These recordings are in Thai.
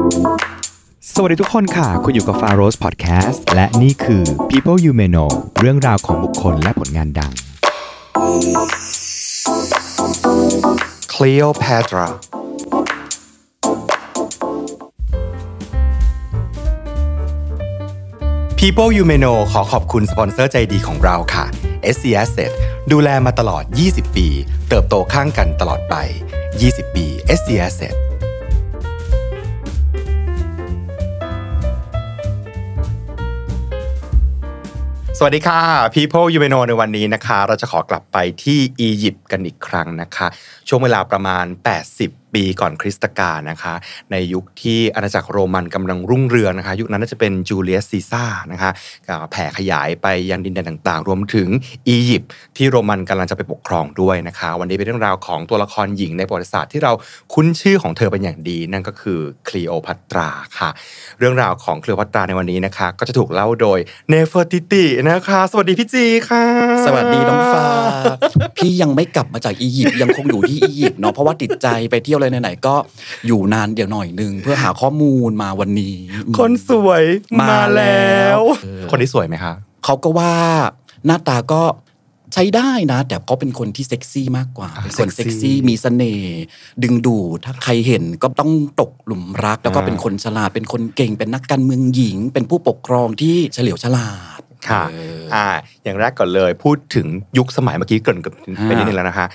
สวัสดีทุกคนค่ะคุณอยู่กับ Faros Podcast และนี่คือ People You May Know เรื่องราวของบุคคลและผลงานดัง Cleopatra People You May Know ขอขอบคุณสปอนเซอร์ใจดีของเราค่ะ SC Asset ดูแลมาตลอด20ปีเติบโตข้างกันตลอดไป20ปี SC Assetสวัสดีค่ะ People You May Know ในวันนี้นะคะเราจะขอกลับไปที่อียิปต์กันอีกครั้งนะคะช่วงเวลาประมาณ80ปีก่อนคริสตกาลนะคะในยุคที่อาณาจักรโรมันกำลังรุ่งเรืองนะคะยุคนั้นน่าจะเป็นจูเลียสซีซ่าร์นะคะแผ่ขยายไปยังดินแดนต่างๆรวมถึงอียิปต์ที่โรมันกำลังจะไปปกครองด้วยนะคะวันนี้เป็นเรื่องราวของตัวละครหญิงในประวัติศาสตร์ที่เราคุ้นชื่อของเธอเป็นอย่างดีนั่นก็คือคลีโอพัตราค่ะเรื่องราวของคลีโอพัตราในวันนี้นะคะก็จะถูกเล่าโดยเนเฟอร์ติตินะคะสวัสดีพี่จีค่ะสวัสดีน้องฟ้าพี่ยังไม่กลับมาจากอียิปต์ยังคงอยู่ที่อียิปต์เนาะเพราะว่าติดใจไปเที่ยวอะไรไหนๆก็อยู่นานเดี๋ยวหน่อยนึงเพื่อหาข้อมูลมาวันนี้คนสวยมาแล้วคนที่สวยไหมคะเขาก็ว่าหน้าตาก็ใช้ได้นะแต่เขาเป็นคนที่เซ็กซี่มากกว่าเป็นคนเซ็กซี่มีเสน่ห์ดึงดูดถ้าใครเห็นก็ต้องตกหลุมรักแล้วก็เป็นคนฉลาดเป็นคนเก่งเป็นนักการเมืองหญิงเป็นผู้ปกครองที่เฉลียวฉลาดค่ะอย่างแรกก่อนเลยพูดถึงยุคสมัยเมื่อกี้เกริ่นไปนิดนึงแล้วนะคะ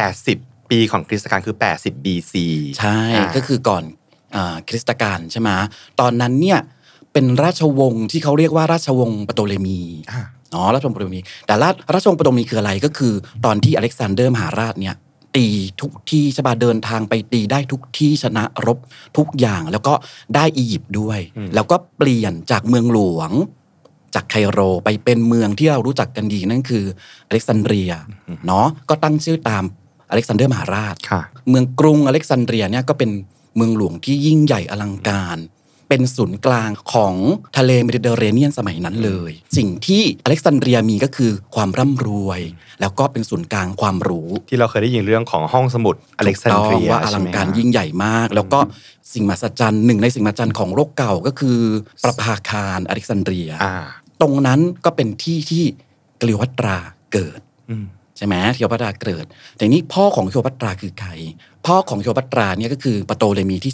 80ปีของคริสตกาลคือ80 BC ใช่ก็คือก่อนคริสตกาลใช่ไหมตอนนั้นเนี่ยเป็นราชวงศ์ที่เขาเรียกว่าราชวงศ์ปโตเลมีราชวงศ์ปโตเลมีแต่ราชวงศ์ปโตเลมีคืออะไรก็คือตอนที่อเล็กซานเดอร์มหาราชเนี่ยตีทุกที่ใช่ป่ะเดินทางไปตีได้ทุกที่ชนะรบทุกอย่างแล้วก็ได้อียิปต์ด้วยแล้วก็เปลี่ยนจากเมืองหลวงจากไคโรไปเป็นเมืองที่เรารู้จักกันดีนั่นคืออเล็กซานเดรียเนาะก็ตั้งชื่อตามอเล็กซานเดอร์มหาราชเมืองกรุงอเล็กซานเดรียเนี่ยก็เป็นเมืองหลวงที่ยิ่งใหญ่อลังการเป็นศูนย์กลางของทะเลเมดิเตอร์เรเนียนสมัยนั้นเลยสิ่งที่อเล็กซานเดรียมีก็คือความร่ำรวยแล้วก็เป็นศูนย์กลางความรู้ที่เราเคยได้ยินเรื่องของห้องสมุดอเล็กซานเดรียว่าอลังการยิ่งใหญ่มากแล้วก็สิ่งมหัศจรรย์หนึ่งในสิ่งมหัศจรรย์ของโลกเก่าก็คือประภาคารอเล็กซานเดรียตรงนั้นก็เป็นที่ที่คลีโอพัตราเกิดใช่ไหมคลีโอพัตราเกิดแต่นี้พ่อของคลีโอพัตราคือใครพ่อของคลีโอพัตราเนี่ยก็คือปโตเลมีที่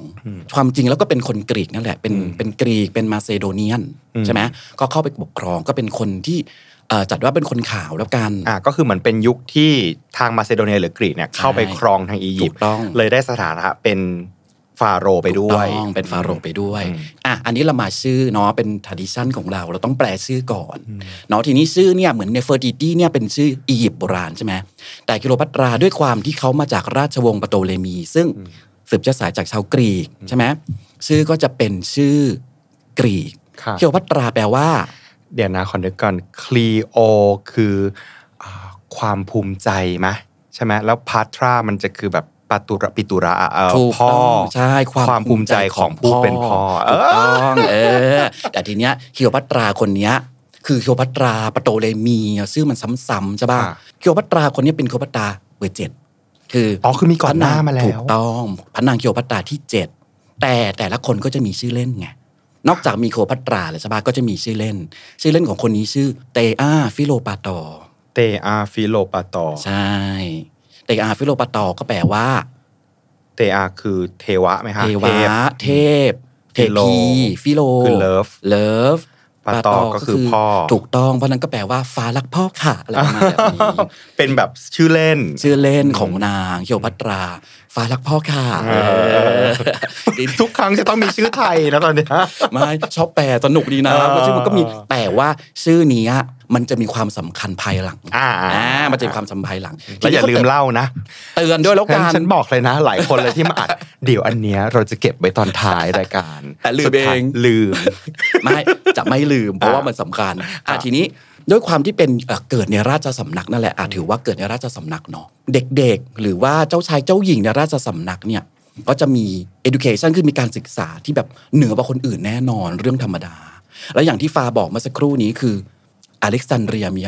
12ความจริงแล้วก็เป็นคนกรีกนั่นแหละเป็นกรีกเป็นมาเซโดเนียนใช่ไหมก็เข้าไปปกครองก็เป็นคนที่จัดว่าเป็นคนขาวแล้วกันก็คือเหมือนเป็นยุคที่ทางมาเซโดเนียหรือกรีกเนี่ยเข้าไปครองทางอียิปต์เลยได้สถานะเป็นฟาโรห์ไปด้วยเป็นฟาโรห์ไปด้วยอันนี้เรามาชื่อเนาะเป็น tradition ของเราต้องแปลชื่อก่อนเนาะทีนี้ชื่อเนี่ยเหมือนเนเฟอร์ติตี้เนี่ยเป็นชื่ออียิปต์โบราณใช่ไหมแต่คลีโอพัตราด้วยความที่เขามาจากราชวงศ์ปโตเลมีซึ่งสืบเชื้อสายจากชาวกรีกใช่ไหมชื่อก็จะเป็นชื่อกรีกคลีโอพัตราแปลว่าเดี๋ยวนะขอนึกก่อนคลีโอคือความภูมิใจไหมใช่ไหมแล้วพาตรามันจะคือแบบปิตุระพ่อใช่ความภูมิใจของผู้เป็นพ่อถูกต้องแต่ทีเนี้ยคลีโอพัตราคนเนี้ยคือคลีโอพัตราปโตเลมีชื่อมันซ้ำๆใช่ป่ะคลีโอพัตราคนนี้เป็นคลีโอพัตราเบอร์7 คือมีก่อนหน้ามาแล้วถูกต้องพระนางคลีโอพัตราที่7แต่ละคนก็จะมีชื่อเล่นไงนอกจากมีคลีโอพัตราแล้วใช่ป่ะก็จะมีชื่อเล่นของคนนี้ชื่อเตอาฟิโลปาตอใช่เตอาฟิโลปาตอก็แปลว่าเตอาคือเทวะไหมคะเทวะเทพเทพีฟิโลคือเลิฟปาตอก็คือพ่อถูกต้องเพราะนั้นก็แปลว่าฟ้ารักพ่อค่ะอะไรประมาณแบบนี้เป็นแบบชื่อเล่นของนางคลีโอพัตราฟ้ารักพ่อค่ะทุกครั้งจะต้องมีชื่อไทยนะตอนนี้ไม่ชอบแปลสนุกดีนะเพราะชื่อมันก็มีแต่ว่าชื่อนี้มันจะมีความสำคัญภายหลังมันจะมีความสำคัญภายหลังแล้วอย่าลืมเล่านะเตือนด้วยแล้วกันฉันบอกเลยนะหลายคนเลยที่มาอัดเดี๋ยวอันเนี้ยเราจะเก็บไว้ตอนท้ายรายการแต่ลืมเองไม่จะไม่ลืมเพราะว่ามันสำคัญทีนี้ด้วยความที่เป็นเกิดในราชสำนักนั่นแหละถือว่าเกิดในราชสำนักเนาะเด็กๆหรือว่าเจ้าชายเจ้าหญิงในราชสำนักเนี่ยก็จะมี education คือมีการศึกษาที่แบบเหนือกว่าคนอื่นแน่นอนเรื่องธรรมดาแล้วอย่างที่ฟ้าบอกเมื่อสักครู่นี้คืออเล็กซานเดรียมีอะไร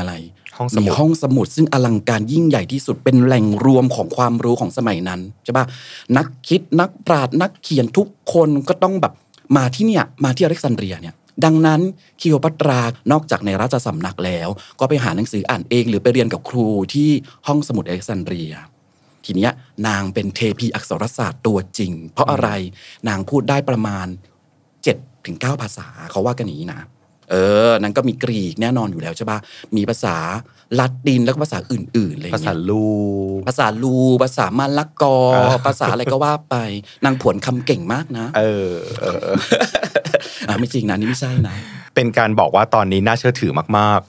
มีห้องสมุดซึ่งอลังการยิ่งใหญ่ที่สุดเป็นแหล่งรวมของความรู้ของสมัยนั้นใช่ป่ะนักคิดนักปราชญ์นักเขียนทุกคนก็ต้องแบบมาที่เนี่ยมาที่อเล็กซานเดรียเนี่ยดังนั้นคลีโอพัตรานอกจากในราชสำนักแล้วก็ไปหาหนังสืออ่านเองหรือไปเรียนกับครูที่ห้องสมุดอเล็กซานเดรียทีเนี้ยนางเป็นเทพีอักษรศาสตร์ตัวจริงเพราะอะไรนางพูดได้ประมาณ 7-9 ภาษาเขาว่ากันอย่างนี้นะนั้นก็มีกรีกแน่นอนอยู่แล้วใช่ป่ะมีภาษาละตินแล้วก็ภาษาอื่นๆอะไรอย่างเงี้ยภาษาลูภาษามาละกอภาษาอะไรก็ว่าไปนางผวนคำเก่งมากนะไม่จริงนะนี่ไม่ใช่นะเป็นการบอกว่าตอนนี้น่าเชื่อถือมาก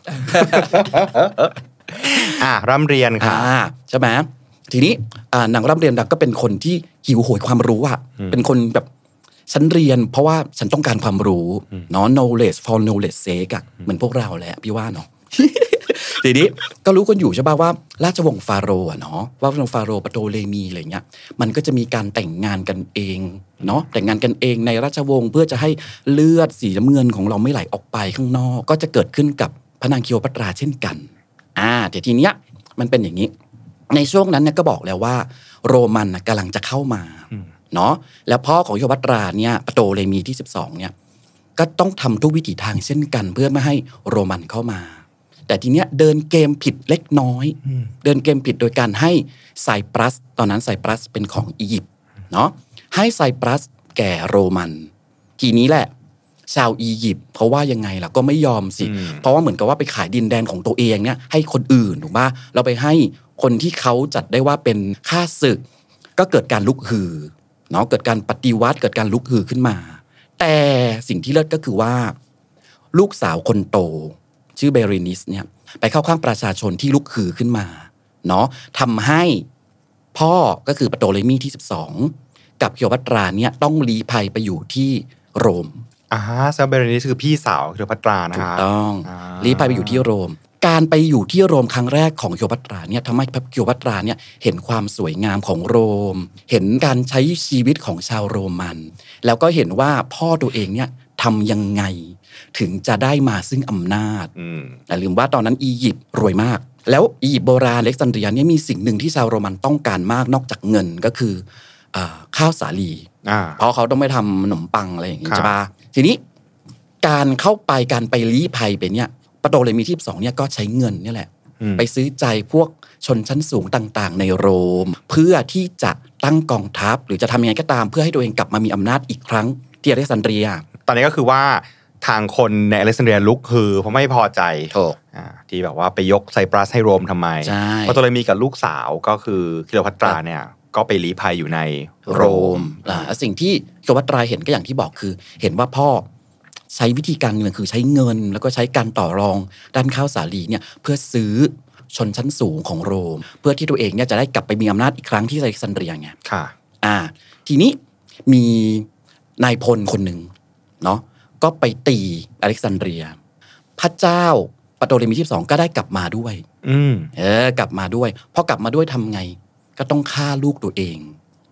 ๆร่ำเรียนค่ะใช่ไหมทีนี้นางร่ำเรียนก็เป็นคนที่หิวโหยความรู้อ่ะเป็นคนแบบฉันเรียนเพราะว่าฉันต้องการความรู้เนาะ knowledge for knowledge sake อะเหมือนพวกเราแหละพี่ว่าเนาะ ทีนี้ก็รู้กันอยู่ใช่ป่ะว่าราชวงศ์ฟาโรห์เนาะว่าราชวงศ์ฟาโรห์ปโตเลมีอะไรเงี้ยมันก็จะมีการแต่งงานกันเองเนาะแต่งงานกันเองในราชวงศ์เพื่อจะให้เลือดสีน้ำเงินของเราไม่ไหลออกไปข้างนอกก็จะเกิดขึ้นกับพระนางคลีโอพัตราเช่นกันแต่ทีเนี้ยมันเป็นอย่างนี้ในช่วงนั้นเนี่ยก็บอกแล้วว่าโรมันกำลังจะเข้ามาเนาะแล้วพ่อของคลีโอพัตราเนี่ยปโตเลมีที่12เนี่ยก็ต้องทำทุกวิถีทางเช่นกันเพื่อไม่ให้โรมันเข้ามาแต่ทีเนี้ยเดินเกมผิดเล็กน้อยเดินเกมผิดโดยการให้ไซปรัสตอนนั้นไซปรัสเป็นของอียิปต์เนาะให้ไซปรัสแก่โรมันทีนี้แหละชาวอียิปต์เขาว่ายังไงล่ะก็ไม่ยอมสิเพราะว่าเหมือนกับว่าไปขายดินแดนของตัวเองเนี่ยให้คนอื่นถูกป่ะเราไปให้คนที่เขาจัดได้ว่าเป็นข้าศึกก็เกิดการลุกฮือเนาะเกิดการปฏิวัติเกิดการลุกฮือขึ้นมาแต่สิ่งที่เลิศก็คือว่าลูกสาวคนโตชื่อเบเรนิสเนี่ยไปเข้าข้างประชาชนที่ลุกฮือขึ้นมาเนาะทำให้พ่อก็คือปโตเลมีที่12กับคลีโอพัตราเนี่ยต้องลี้ภัยไปอยู่ที่โรมซาเบเรนิสคือพี่สาวคลีโอพัตรานะครับถูกต้องลี้ภัยไปอยู่ที่โรมการไปอยู่ที่โรมครั้งแรกของคลีโอพัตราเนี่ยทำให้คลีโอพัตราเนี่ยเห็นความสวยงามของโรมเห็นการใช้ชีวิตของชาวโรมันแล้วก็เห็นว่าพ่อตัวเองเนี่ยทำยังไงถึงจะได้มาซึ่งอำนาจอย่าลืมว่าตอนนั้นอียิปต์รวยมากแล้วอียิปต์โบราณอเล็กซานเดรียเนี่ยมีสิ่งหนึ่งที่ชาวโรมันต้องการมากนอกจากเงินก็คือข้าวสาลีเพราะเขาต้องไปทำขนมปังอะไรอย่างงี้ใช่ปะทีนี้การเข้าไปการไปลี้ภัยไปเนี่ยปโตเลมีที่12เนี่ยก็ใช้เงินนี่แหละไปซื้อใจพวกชนชั้นสูงต่างๆในโรมเพื่อที่จะตั้งกองทัพหรือจะทำยังไงก็ตามเพื่อให้ตัวเองกลับมามีอำนาจอีกครั้งที่อเล็กซานเดรียตอนนี้ก็คือว่าทางคนในอเล็กซานเดรียลุกฮือเพราะไม่พอใจที่แบบว่าไปยกไซปรัสให้โรมทำไมปโตเลมีกับลูกสาวก็คือคลีโอพัตราเนี่ยก็ไปลี้ภัยอยู่ในโรมสิ่งที่คลีโอพัตราเห็นก็อย่างที่บอกคือเห็นว่าพ่อใช้วิธีการเงินคือใช้เงินแล้วก็ใช้การต่อรองด้านข้าวสาลีเนี่ยเพื่อซื้อชนชั้นสูงของโรมเพื่อที่ตัวเองเนี่ยจะได้กลับไปมีอำนาจอีกครั้งที่อเล็กซานเดรียไงทีนี้มีนายพลคนหนึ่งเนาะก็ไปตีอเล็กซานเดรียพระเจ้าปโตเลมีที่12ก็ได้กลับมาด้วยกลับมาด้วยพอกลับมาด้วยทำไงก็ต้องฆ่าลูกตัวเอง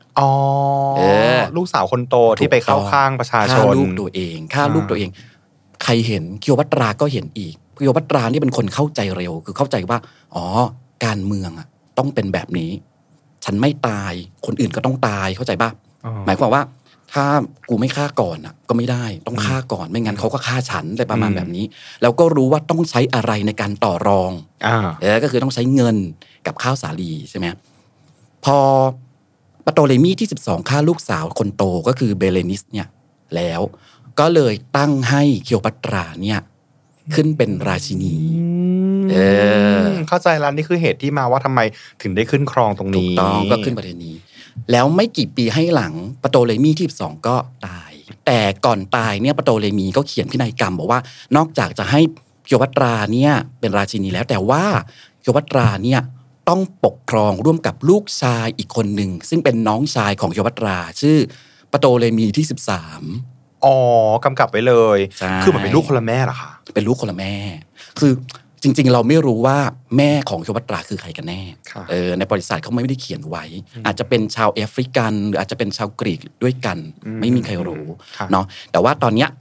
ลูกสาวคนโตที่ไปเข้าข้างประชาชนฆ่าลูกตัวเองใครเห็นคลีโอพัตราก็เห็นอีกคลีโอพัตรานี่เป็นคนเข้าใจเร็วคือเข้าใจว่าการเมืองต้องเป็นแบบนี้ฉันไม่ตายคนอื่นก็ต้องตายเข้าใจป่ะหมายความว่าถ้ากูไม่ฆ่าก่อนก็ไม่ได้ต้องฆ่าก่อนไม่งั้นเขาก็ฆ่าฉันอะไรประมาณแบบนี้แล้วก็รู้ว่าต้องใช้อะไรในการต่อรองก็คือต้องใช้เงินกับข้าวสาลีใช่ไหมพอปโตเลมีที่12ฆ่าลูกสาวคนโตก็คือเบเลนิสเนี่ยแล้วก็เลยตั้งให้คลีโอพัตราเนี่ยขึ้นเป็นราชินีเข้าใจแล้วนี่คือเหตุที่มาว่าทำไมถึงได้ขึ้นครองตรงนี้ถูกต้องก็ขึ้นประเด็นนี้แล้วไม่กี่ปีให้หลังปโตเลมีที่12ก็ตายแต่ก่อนตายเนี่ยปโตเลมีก็เขียนพินัยกรรมบอกว่านอกจากจะให้คลีโอพัตราเนี่ยเป็นราชินีแล้วแต่ว่าคลีโอพัตราเนี่ยต้องปกครองร่วมกับลูกชายอีกคนหนึ่งซึ่งเป็นน้องชายของคลีโอพัตราชื่อปโตเลมีที่13 กำกับไว้เลยคือมันเป็นลูกคนละแม่เหรอคะเป็นลูกคนละแม่คือจริงๆเราไม่รู้ว่าแม่ของคลีโอพัตราคือใครกันแน่ในประวัติศาสตร์เขาไม่ได้เขียนไว้อาจจะเป็นชาวแอฟริกันหรืออาจจะเป็นชาวกรีกด้วยกันไม่มีใครรู้เนาะแต่ว่าตอนเนี้ย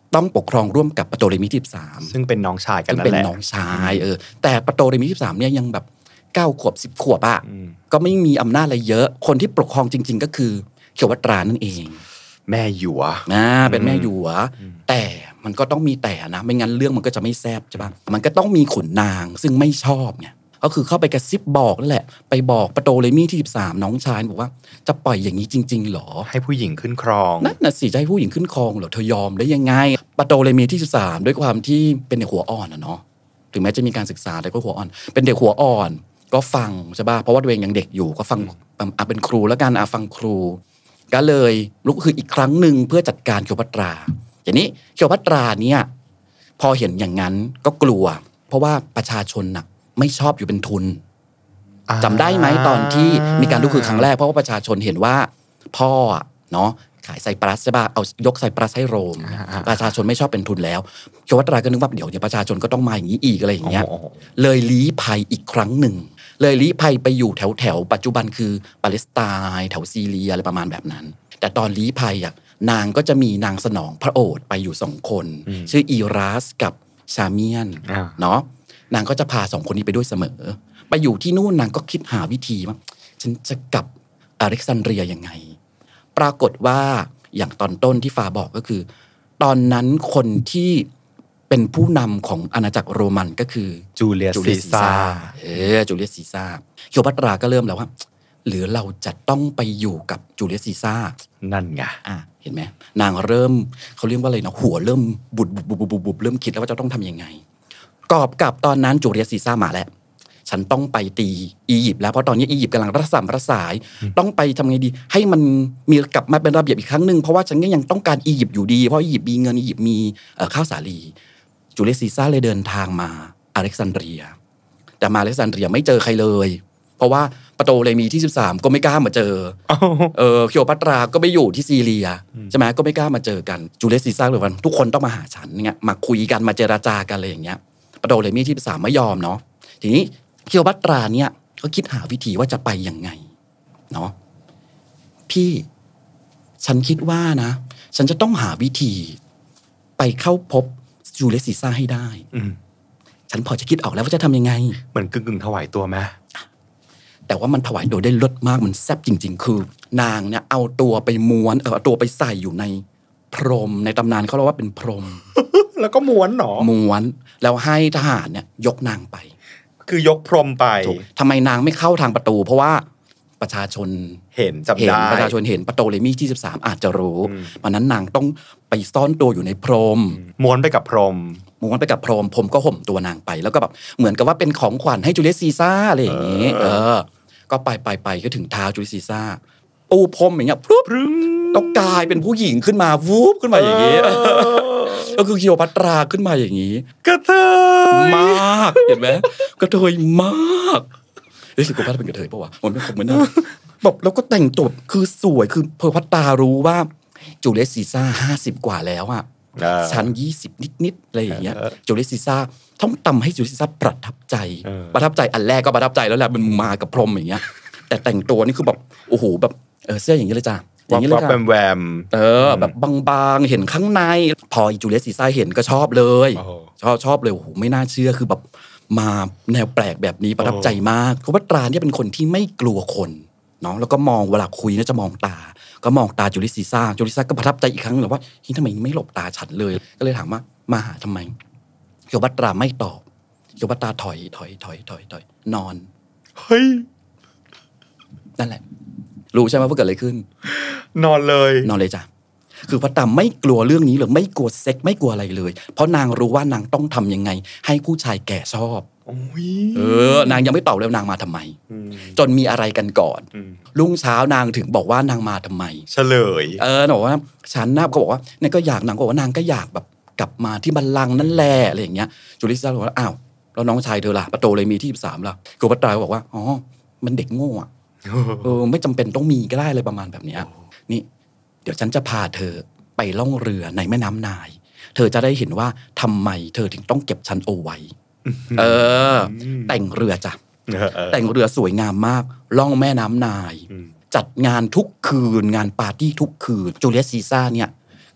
ต้องปกครองร่วมกับปโตเลมีที่13 ซึ่งเป็นน้องชายกันนั่นแหละซึ่งเป็นน้องชายแต่ปโตเลมีที่13เนี่ยยังแบบ9 ขวบ10 ขวบอ่ะก็ไม่มีอำนาจอะไรเยอะคนที่ปกครองจริงๆก็คือเขียววัตรานั่นเองแม่หยัวเป็นแม่หยัวแต่มันก็ต้องมีแต่นะไม่งั้นเรื่องมันก็จะไม่แซ่บใช่ป่ะมันก็ต้องมีขุนนางซึ่งไม่ชอบไงก็คือเข้าไปกระซิบบอกนั่นแหละไปบอกปโตเลมีที่13น้องชายบอกว่าจะปล่อยอย่างนี้จริงๆหรอให้ผู้หญิงขึ้นครองนั่นน่ะสิจะให้ผู้หญิงขึ้นครองเหรอเธอยอมได้ยังไงปโตเลมีที่13ด้วยความที่เป็นเด็กหัวอ่อนเนาะถึงแม้จะมีการศึกษาแต่ก็หัวอ่อนเป็นเด็กหัวอ่อนก็ฟังใช่ป่ะเพราะว่าตัวเองยังเด็กอยู่ก็ฟังเป็นครูแล้วกันฟังครูก็เลยลุกคืออีกครั้งหนึ่งเพื่อจัดการเขียวพัตราอย่างนี้เขียวพัตราเนี่ยพอเห็นอย่างนั้นก็กลัวเพราะว่าประชาชนน่ะไม่ชอบอยู่เป็นทุนจำได้ไหมตอนที่มีการลุกคือครั้งแรกเพราะว่าประชาชนเห็นว่าพ่อเนาะขายไซปรัสใช่ป่ะเอายกไซปรัสให้โรมประชาชนไม่ชอบเป็นทุนแล้วเขียวพัตราก็นึกว่าเดี๋ยวประชาชนก็ต้องมาอย่างนี้อีกอะไรอย่างเงี้ยเลยลี้ภัยอีกครั้งหนึ่งเลยลี้ภัยไปอยู่แถวปัจจุบันคือปาเลสไตน์แถวซีเรียอะไรประมาณแบบนั้นแต่ตอนลี้ภัยนางก็จะมีนางสนองพระโอษฐ์ไปอยู่2 คนชื่ออีรัสกับชาเมียนเนาะนางก็จะพา2 คนนี้ไปด้วยเสมอไปอยู่ที่นู่นนางก็คิดหาวิธีว่าฉันจะกลับอเล็กซานเดรียยังไงปรากฏว่าอย่างตอนต้นที่ฟ้าบอกก็คือตอนนั้นคนที่เป็นผู้นำของอาณาจักรโรมันก็คือจูเลียสซีซ่าจูเลียสซีซ่าเขียวพัตราก็เริ่มแล้วว่าหรือเราจะต้องไปอยู่กับจูเลียสซีซ่านั่นไงเห็นไหมนางเริ่มเขาเรียกว่าอะไรนะหัวเริ่มบุบเริ่มคิดแล้วว่าจะต้องทำยังไงกอบกับตอนนั้นจูเลียสซีซ่ามาแล้วฉันต้องไปตีอียิปต์แล้วเพราะตอนนี้อียิปต์กำลังระสายต้องไปทำไงดีให้มันมีกลับมาเป็นระเบียบอีกครั้งนึงเพราะว่าฉันก็ยังต้องการอียิปต์อยู่ดีเพราะอียิปต์มีเงินอียิปต์มีข้าวสาลีจูเลียสซีซ่าเลยเดินทางมาอเล็กซานเดรียแต่มาอเล็กซานเดรียไม่เจอใครเลยเพราะว่าปโตเลมีที่13ก็ไม่กล้ามาเจอเขียวพัตราก็ไปอยู่ที่ซีเรียใช่ไหมก็ไม่กล้ามาเจอกันจูเลียสซีซ่าเลยว่าทุกคนต้องมาหาฉันเนี่ยมาคุยกันมาเจรจากันอะไรอย่างเงี้ยปโตเลมีที่13ไม่ยอมเนาะทีนี้เขียวพัตราเนี่ยก็คิดหาวิธีว่าจะไปยังไงเนาะพี่ฉันคิดว่านะฉันจะต้องหาวิธีไปเข้าพบจูเลียสซีซ่าให้ได้ฉันพอจะคิดออกแล้วว่าจะทำยังไงเหมือนกึ่งถวายตัวไหมแต่ว่ามันถวายโดยได้เลิศมากมันแซ่บจริงๆคือนางเนี่ยเอาตัวไปม้วนเอาตัวไปใส่อยู่ในพรมในตำนานเขาเรียกว่าเป็นพรมแล้วก็ม้วนหรอม้วนแล้วให้ทหารเนี่ยยกนางไปคือยกพรมไปทำไมนางไม่เข้าทางประตูเพราะว่าประชาชนเห็นจำได้ประชาชนเห็นปโตเลมีที่13อาจจะรู้เพราะนั้นนางต้องไปซ่อนตัวอยู่ในพรมม้วนไปกับพรมผมก็ห่มตัวนางไปแล้วก็แบบเหมือนกับว่าเป็นของขวัญให้จูเลียสซีซ่าอะไรอย่างงี้ก็ไปก็ถึงเท้าจูเลียสซีซ่าปูพรมอย่างเงี้ยปุ๊บต้องกลายเป็นผู้หญิงขึ้นมาวูบขึ้นมาอย่างงี้ก็คือเขียวพัตราขึ้นมาอย่างงี้กระเทยมากเห็นไหมกระเทยมากสิกูพัตเป็นกระเทยป่าววะมันไม่คงเหมือนนะแบบแล้วก็แต่งตัวคือสวยคือเพอพัตรารู้ว่าจูเลียสซีซ่า50 กว่าแล้วอ่ะชั้น20นิดๆอะไรอย่างเงี้ยจูเลียสซีซ่าต้องทำให้จูเลียสซีซ่าประทับใจอันแรกก็ประทับใจแล้วแหละมันมากับพรมอย่างเงี้ยแต่แต่งตัวนี่คือแบบโอ้โหแบบเสื้ออย่างเงี้ยเลยจ้ะอย่างนี้เลยค่ะแวมแบบบางๆเห็นข้างในพอจูเลียสซีซ่าเห็นก็ชอบเลยชอบเลยโอ้โหไม่น่าเชื่อคือแบบมาแนวแปลกแบบนี้ประทับใจมากเพราะว่าตราเนี่ยเป็นคนที่ไม่กลัวคนเนาะแล้วก็มองเวลาคุยเนี่ยจะมองตาก็มองตาจูเลียสซีซ่าก็ประทับใจอีกครั้งเลยว่าทำไมไม่หลบตาฉันเลยก็เลยถามว่ามาหาทำไมโยบัตราไม่ตอบโยบัตราถอยนอนเฮ้ยนั่นแหละรู้ใช่ไหมว่าเกิดอะไรขึ้นนอนเลยจ้ะคือพระตาไม่กลัวเรื่องนี้เลยไม่กลัวเซ็กไม่กลัวอะไรเลยเพราะนางรู้ว่านางต้องทำยังไงให้ผู้ชายแก่ชอบนางยังไม่ตอบเลยนางมาทำไมจนมีอะไรกันก่อนรุ่งเช้านางถึงบอกว่านางมาทำไมเฉลยบอกว่าฉันน่ะก็บอกว่าเนี่ยก็อยากนางก็บอกว่านางก็อยากแบบกลับมาที่บัลลังก์นั่นแหละอะไรอย่างเงี้ยจูเลียสซีซ่าบอกว่าอ้าวแล้วน้องชายเธอล่ะปโตเลมีที่13ล่ะโคปัตราบอกว่าอ๋อมันเด็กโง่อะไม่จำเป็นต้องมีก็ได้เลยประมาณแบบนี้นี่เดี๋ยวฉันจะพาเธอไปล่องเรือในแม่น้ำไนล์เธอจะได้เห็นว่าทำไมเธอถึงต้องเก็บฉันเอาไว้แต่งเรือจ้ะแต่งเรือสวยงามมากล่องแม่น้ำไนล์จัดงานทุกคืนงานปาร์ตี้ทุกคืนจูเลียสซีซ่าเนี่ย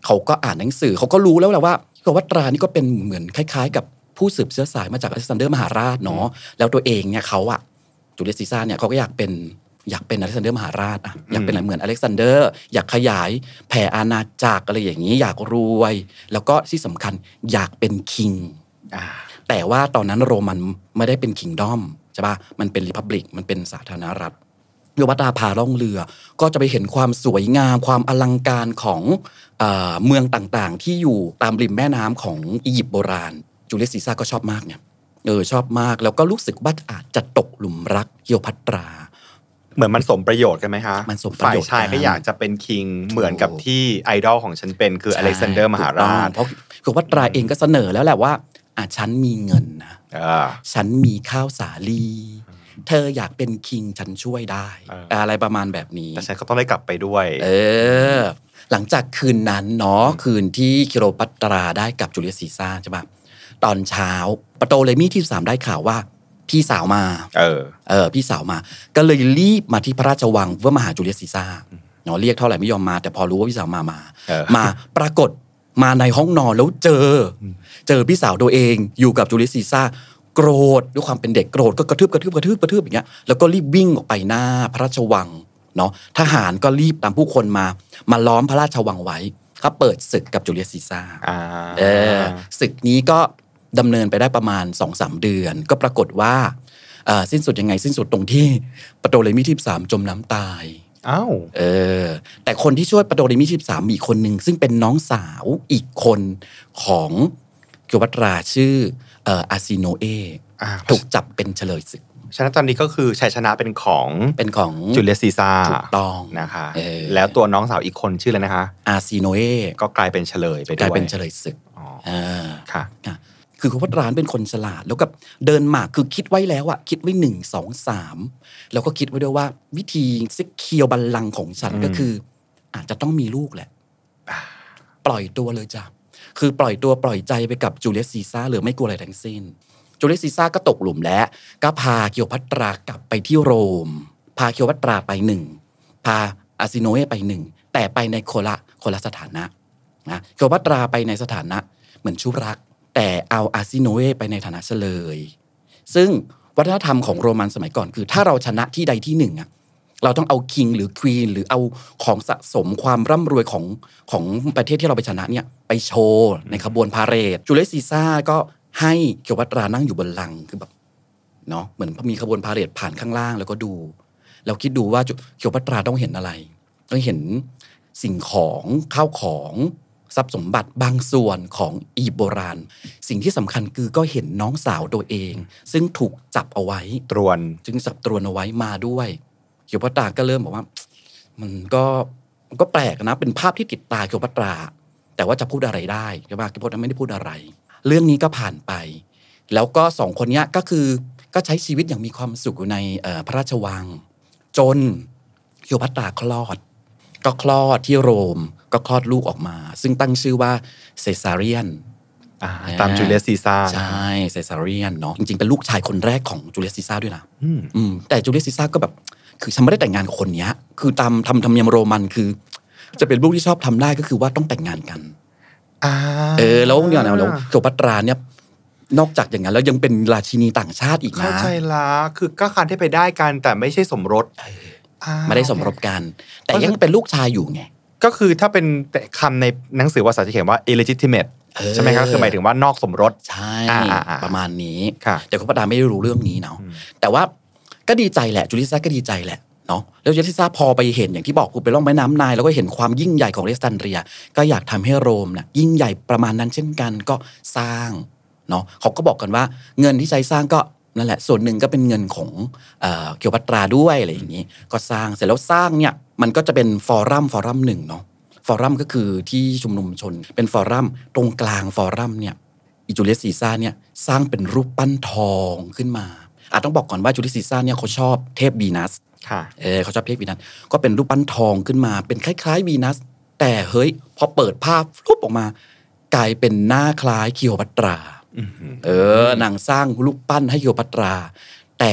เขาก็อ่านหนังสือเขาก็รู้แล้วแหละว่าคลีโอพัตรานี่ก็เป็นเหมือนคล้ายๆกับผู้สืบเชื้อสายมาจากอเล็กซานเดอร์มหาราชเนาะแล้วตัวเองเนี่ยเขาอะจูเลียสซีซ่าร์เนี่ยเขาก็อยากเป็นอเล็กซานเดอร์มหาราชอะอยากเป็นอะไรเหมือนอเล็กซานเดอร์อยากขยายแผ่อาณาจักรอะไรอย่างนี้อยากรวยแล้วก็ที่สำคัญอยากเป็นคิงแต่ว่าตอนนั้นโรมันไม่ได้เป็นคิงดอมใช่ป่ะมันเป็นริพับลิกมันเป็นสาธารณรัฐคลีโอพัตราพาล่องเรือก็จะไปเห็นความสวยงามความอลังการของเมืองต่างๆที่อยู่ตามริมแม่น้ำของอียิปต์โบราณจูเลียสซีซ่าร์ก็ชอบมากเนี่ยชอบมากแล้วก็รู้สึกว่าอาจจะตกหลุมรักคลีโอพัตราเหมือนมันสมประโยชน์กันไหมคะมันสมประโยชน์ฝ่ายชายก็อยากจะเป็นคิงเหมือนกับที่ไอดอลของฉันเป็นคืออเล็กซานเดอร์มหาราชเพราะคลีโอพัตราเองก็เสนอแล้วแหละว่าฉันมีเงินนะฉันมีข้าวสาลีเธออยากเป็นคิงฉันช่วยได้อะไรประมาณแบบนี้แต่ฉันก็ต้องได้กลับไปด้วยหลังจากคืนนั้นเนาะคืนที่คลีโอพัตราได้กับจูเลียสซีซ่าร์ใช่ป่ะตอนเช้าปโตเลมี่ที่3ได้ข่าวว่าพี่สาวมาพี่สาวมาก็เลยรีบมาที่พระราชวังเพื่อมาหาจูเลียสซีซ่าร์เนาะเรียกเท่าไหร่ไม่ยอมมาแต่พอรู้ว่าพี่สาวมาปรากฏมาในห้องนอนแล้วเจอพี่สาวตัวเองอยู่กับจูเลียสซีซ่าร์โกรธด้วยความเป็นเด็กโกรธก็กระทืบอย่างเงี้ยแล้วก็รีบวิ่งออกไปหน้าพระราชวังเนาะทหารก็รีบตามผู้คนมาล้อมพระราชวังไว้ก็เปิดศึกกับจูเลียสซีซ่าร์ศึกนี้ก็ดำเนินไปได้ประมาณ 2-3 เดือนก็ปรากฏว่าสิ้นสุดยังไงสิ้นสุดตรงที่ปโตเลมี่ที่3จมน้ำตายแต่คนที่ช่วยปโตเลมี่ที่3มีคนหนึ่งซึ่งเป็นน้องสาวอีกคนของคลีโอพัตราชื่ออาซิโนเอถูกจับเป็นเฉลยศึกฉะนั้นตอนนี้ก็คือชัยชนะเป็นของจูเลียสซีซ่าร์ถูกต้องนะคะแล้วตัวน้องสาวอีกคนชื่ออะไรนะคะอาซิโนเอก็กลายเป็นเฉลยไปด้วยกลายเป็นเฉลยศึกค่ะคือคลีโอพัตราเป็นคนฉลาดแล้วก็เดินหมากคือคิดไว้แล้วอะคิดไว้1 2 3แล้วก็คิดไว้ด้วยว่าวิธีซิเคียวบัลลังก์ของฉันก็คืออาจจะต้องมีลูกแหละปล่อยตัวเลยจ้ะคือปล่อยตัวปล่อยใจไปกับจูเลียสซีซ่าร์หรือไม่กลัวอะไรทั้งสิ้นจูเลียสซีซ่าร์ก็ตกหลุมแล้วก็พาคลีโอพัตรากลับไปที่โรมพาคลีโอพัตราไป1พาอาซิโนเอไป1แต่ไปในคนละสถานะนะคลีโอพัตราไปในสถานะเหมือนชู้รักแต่เอาอาซิโนเอไปในฐานะเฉลยซึ่งวัฒนธรรมของโรมันสมัยก่อนคือถ้าเราชนะที่ใดที่หนึ่งอะเราต้องเอาคิงหรือควีนหรือเอาของสะสมความร่ำรวยของประเทศที่เราไปชนะเนี่ยไปโชว์ในขบวนพาเหรดจูเลียสซีซ่าร์ก็ให้คลีโอพัตรานั่งอยู่บนลังคือแบบเนาะเหมือนมีขบวนพาเหรดผ่านข้างล่างแล้วก็ดูเราคิดดูว่าคลีโอพัตราต้องเห็นอะไรต้องเห็นสิ่งของข้าวของทรัพย์สมบัติบางส่วนของอียิปต์โบราณสิ่งที่สำคัญคือก็เห็นน้องสาวตัวเองซึ่งถูกจับเอาไว้จึงจับตรวนเอาไว้มาด้วยคลีโอพัตราก็เริ่มบอกว่ามันก็แปลกนะเป็นภาพที่ติดตาคลีโอพัตราแต่ว่าจะพูดอะไรได้ใช่ป่ะคลีโอพัตราไม่ได้พูดอะไรเรื่องนี้ก็ผ่านไปแล้วก็2คนนี้ก็ใช้ชีวิตอย่างมีความสุขอยู่ในพระราชวังจนคลีโอพัตราคลอดที่โรมก็คลอดลูกออกมาซึ่งตั้งชื่อว่าเซซาเรียนตามจูเลียสซีซ่าร์ใช่เซซาเรียนเนาะจริงๆเป็นลูกชายคนแรกของจูเลียสซีซ่าร์ด้วยนะแต่จูเลียสซีซ่าร์ก็แบบคือฉันไม่ได้แต่งงานกับคนนี้คือตามธรรมเนียมโรมันคือจะเป็นลูกที่ชอบทำได้ก็คือว่าต้องแต่งงานกันแล้วเนี่ยแล้วคลีโอพัตราเนี่ยนอกจากอย่างนั้นแล้วยังเป็นราชินีต่างชาติอีกนะเข้าใจละคือก็การที่ไปได้กันแต่ไม่ใช่สมรสไม่ได้สมรสกันแต่ยังเป็นลูกชายอยู่ไงก็คือถ้าเป็นคำในหนังสือภาษาจะเขียนว่า illegitimate ใช่ไหมครับคือหมายถึงว่านอกสมรสใช่ประมาณนี้แต่คลีโอพัตราไม่ได้รู้เรื่องนี้เนาะแต่ว่าก็ดีใจแหละจูเลียสซีซ่าร์ก็ดีใจแหละเนาะแล้วจูเลียสซีซ่าร์พอไปเห็นอย่างที่บอกคือไปล่องแม่น้ำไนล์แล้วก็เห็นความยิ่งใหญ่ของอเล็กซานเดรียก็อยากทำให้โรมนะยิ่งใหญ่ประมาณนั้นเช่นกันก็สร้างเนาะเขาก็บอกกันว่าเงินที่ใช้สร้างก็นั่นแหละส่วนหนึ่งก็เป็นเงินของคลีโอพัตราด้วยอะไรอย่างนี้ก็สร้างเสร็จแล้วสร้างเนี่ยมันก็จะเป็นฟอรัมหนึ่งเนาะฟอรัมก็คือที่ชุมนุมชนเป็นฟอรัมตรงกลางฟอรัมเนี่ยจูเลียสซีซ่าร์เนี่ยสร้างเป็นรูปปั้นทองขึ้นมาต้องบอกก่อนว่าจูเลียสซีซ่าร์เนี่ยเขาชอบเทพวีนัสเขาชอบเทพวีนัสก็เป็นรูปปั้นทองขึ้นมาเป็นคล้ายๆวีนัสแต่เฮ้ยพอเปิดภาพรูปออกมากลายเป็นหน้าคล้ายคลีโอพัตรานางสร้างรูปปั้นให้คลีโอพัตราแต่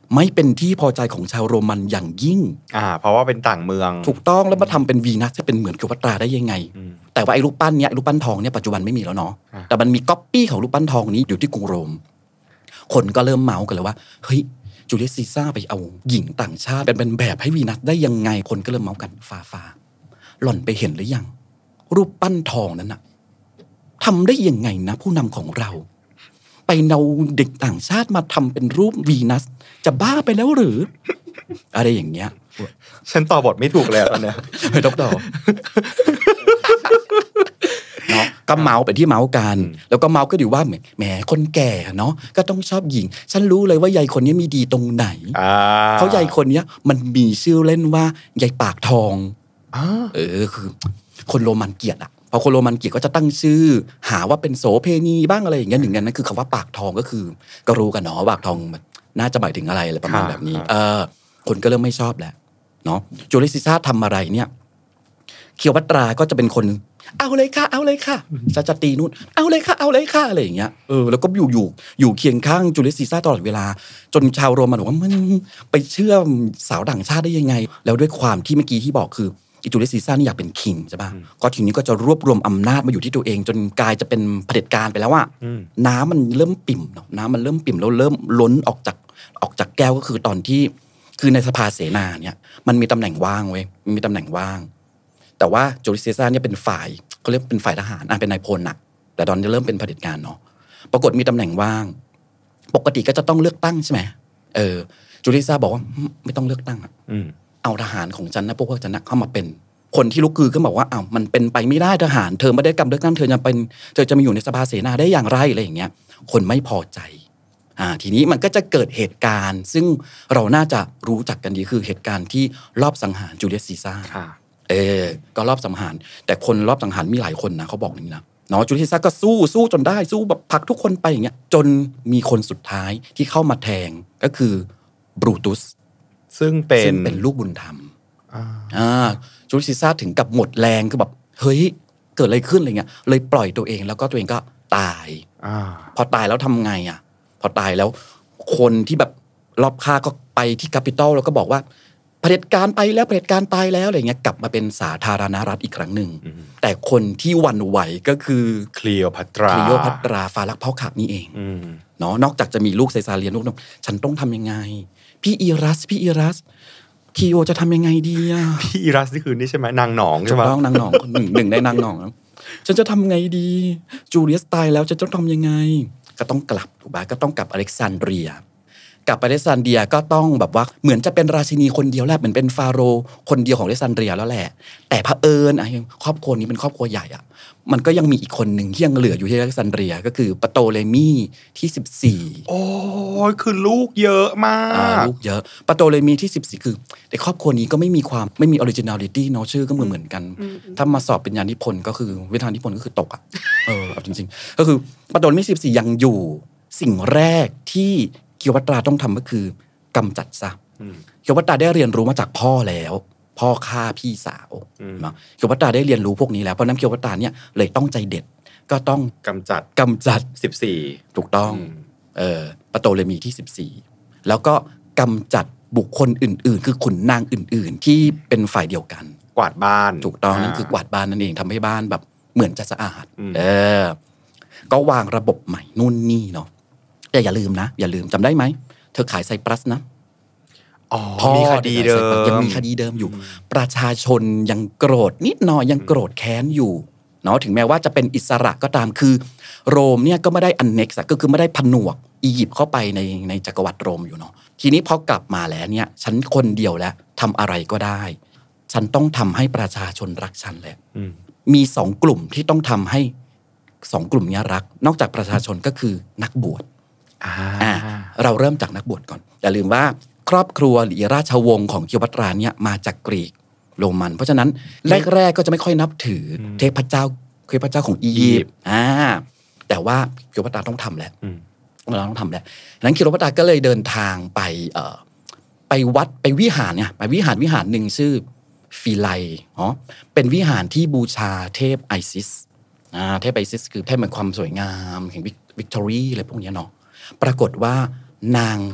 ไม่เป็นที่พอใจของชาวโรมันอย่างยิ่งเพราะว่าเป็นต่างเมืองถูกต้องแล้วมาทำเป็นวีนัสจะเป็นเหมือนคลีโอพัตราได้ยังไงแต่ว่าไอ้รูปปั้นเนี้ยรูปปั้นทองเนี่ยปัจจุบันไม่มีแล้วเนาะแต่มันมีก๊อปปี้ของรูปปั้นทองนี้อยู่ที่กรุงโรมคนก็เริ่มเมาส์กันเลยว่าเฮ้ยจูเลียสซีซ่าร์ไปเอาหญิงต่างชาติเป็นแบบให้วีนัสได้ยังไงคนก็เริ่มเมาส์กันฟ้าหล่อนไปเห็นหรือยังรูปปั้นทองนั้นน่ะทำได้ยังไงนะผู้นำของเราไปเอาเด็กต่างชาติมาทำเป็นรูปวีนัสจะบ้าไปแล้วหรืออะไรอย่างเงี้ยฉันต่อบทไม่ถูกเลยตอนเนี้ยไม่ต้องต่อเนาะก็เมาไปที่เมากันแล้วก็เมาก็ดูว่าแหมคนแก่เนาะก็ต้องชอบหญิงฉันรู้เลยว่ายายคนนี้มีดีตรงไหนเพราะยายคนนี้มันมีชื่อเล่นว่ายายปากทองคือคนโรมันเกียรติอ่ะพอคนโรมันเกียรติก็จะตั้งชื่อหาว่าเป็นโสเพณีบ้างอะไรอย่างเงี้ยหนึ่งในนั้นคือคำว่าปากทองก็คือก็รู้กันเนาะปากทองน่าจะหมายถึงอะไรประมาณแบบนี้คนก็เริ่มไม่ชอบแล้วเนาะจูเลียสซีซ่าร์ทำอะไรเนี่ยคลีโอพัตราก็จะเป็นคนเอาเลยค่ะเอาเลยค่ะจะตีนู่นเอาเลยค่ะเอาเลยค่ะอะไรอย่างเงี้ยแล้วก็อยู่เคียงข้างจูเลียสซีซ่าร์ตลอดเวลาจนชาวโรมันบอกว่ามันไปเชื่อสาวต่างชาติได้ยังไงแล้วด้วยความที่เมื่อกี้ที่บอกคือจูเลียสซีซ่าร์นี่อยากเป็นคิงใช่ป่ะก็ทีนี้ก็จะรวบรวมอำนาจมาอยู่ที่ตัวเองจนกลายจะเป็นเผด็จการไปแล้วอะน้ำมันเริ่มปิ่มเนาะน้ำมันเริ่มปิ่มแล้วเริ่มล้นออกจากแก้วก็คือตอนที่คือในสภาเสนาเนี่ยมันมีตำแหน่งว่างเว้ยมีตำแหน่งว่างแต่ว่าจูเลียสซีซ่าร์เนี่ยเป็นฝ่ายเขาเรียกเป็นฝ่ายทหารเป็นนายพลน่ะแต่ตอนนี้เริ่มเป็นเผด็จการเนาะปรากฏมีตำแหน่งว่างปกติก็จะต้องเลือกตั้งใช่ไหมจูเลียสซีซ่าร์บอกว่าไม่ต้องเลือกตั้งเอาทหารของฉันนะพวกฉันนะเข้ามาเป็นคนที่ลุกคือก็บอกว่ามันเป็นไปไม่ได้ทหารเธอไม่ได้กำเลือกตั้งเธอจะมาอยู่ในสภาเสนาได้อย่างไรอะไรอย่างเงี้ยคนไม่พอใจทีนี้มันก็จะเกิดเหตุการณ์ซึ่งเราน่าจะรู้จักกันดีคือเหตุการณ์ที่ลอบสังหารจูเลียสซีซ่าร์ก็รอบสังหารแต่คนรอบสังหารมีหลายคนนะเขาบอกอย่างนี้นะเนาะจูเลียสซีซ่าร์ก็สู้จนได้สู้แบบผลักทุกคนไปอย่างเงี้ยจนมีคนสุดท้ายที่เข้ามาแทงก็คือบรูตุสซึ่งเป็นลูกบุญธรรมจูเลียสซีซ่าร์ถึงกับหมดแรงคือแบบเฮ้ยเกิดอะไรขึ้นอะไรเงี้ยเลยปล่อยตัวเองแล้วก็ตัวเองก็ตายพอตายแล้วทำไงพอตายแล้วคนที่แบบรอบข้างก็ไปที่แคปิตอลแล้วก็บอกว่าเผด็จการไปแล้วเผด็จการตายแล้วอะไรเงี้ยกลับมาเป็นสาธารณรัฐอีกครั้งหนึ่งแต่คนที่หวั่นไหวก็คือคลีโอพัตราฟาลักพ่อขาดนี่เองเนาะนอกจากจะมีลูกไซซาเรียนลูกน้องฉันต้องทำยังไงพี่อีรัสคีโอจะทำยังไงดีพี่อีรัสนี่คือนี่ใช่ไหมนางหนองใช่ไหมต้องนางหนองหนึ่งในนางหนองฉันจะทำไงดีจูเลียสตายแล้วจะต้องทำยังไงก็ต้องกลับถูกป่ะก็ต้องกลับอเล็กซานเดรียกลับไปอเล็กซานเดรียก็ต้องแบบว่าเหมือนจะเป็นราชินีคนเดียวแหละเหมือนเป็นฟาโรห์คนเดียวของอเล็กซานเดรียแล้วแหละแต่เผอิญครอบครัวนี้เป็นครอบครัวใหญ่มันก็ยังมีอีกคนหนึ่งที่ยังเหลืออยู่ที่อเล็กซานเดรียก็คือปโตเลมีที่14 โอ้ยคือลูกเยอะมากลูกเยอะปโตเลมีที่14คือในครอบครัวนี้ก็ไม่มีออริจินัลิตี้เนาะชื่อก็เหมือนกันถ้ามาสอบปริญญานิพนธ์ก็คือวิชานิพนธ์ก็คือตกเอาจริงๆก็คือปโตเลมี14ยังอยู่สิ่งแรกที่คลีโอพัตราต้องทำก็คือกำจัดซะคลีโอพัตราได้เรียนรู้มาจากพ่อแล้วพ่อฆ่าพี่สาวนะคลีโอพัตราได้เรียนรู้พวกนี้แล้วเพราะนั้นคลีโอพัตราเนี่ยเลยต้องใจเด็ดก็ต้องกำจัด 14ถูกต้องปโตเลมีที่14แล้วก็กำจัดบุคคลอื่นๆคือขุนนางอื่นๆที่เป็นฝ่ายเดียวกันกวาดบ้านถูกต้องนั่นคือกวาดบ้านนั่นเองทำให้บ้านแบบเหมือนจะสะอาดก็วางระบบใหม่นู่นนี่เนาะแต่อย่าลืมจำได้ไหมเธอขายไซปรัสนะมีคดีเดิมยังมีคดีเดิมอยู่ประชาชนยังโกรธนิดหน่อยยังโกรธแค้นอยู่เนาะถึงแม้ว่าจะเป็นอิสระก็ตามคือโรมเนี่ยก็ไม่ได้อันเน็กซ์ก็คือไม่ได้ผนวกอียิปต์เข้าไปในจักรวรรดิโรมอยู่เนาะทีนี้พอกลับมาแล้วเนี่ยฉันคนเดียวแล้วทำอะไรก็ได้ฉันต้องทำให้ประชาชนรักฉันแหละมี2กลุ่มที่ต้องทำให้2กลุ่มนี้รักนอกจากประชาชนก็คือนักบวชเราเริ่มจากนักบวชก่อนอย่าลืมว่าครอบครัวหรือราชวงศ์ของคลีโอพัตราเนี่ยมาจากกรีกโรมันเพราะฉะนั้นแรกๆก็จะไม่ค่อยนับถือเทพเจ้าของอียิปต์แต่ว่าคลีโอพัตราต้องทำแล้วเราต้องทำแล้วนั้นคลีโอพัตราก็เลยเดินทางไปวัดไปวิหารเนี่ยไปวิหารหนึ่งชื่อฟิไลเป็นวิหารที่บูชาเทพไอซิสเทพไอซิสคือเทพแห่งความสวยงามแห่งวิกตอรี่อะไรพวกนี้เนาะปรากฏว่านาง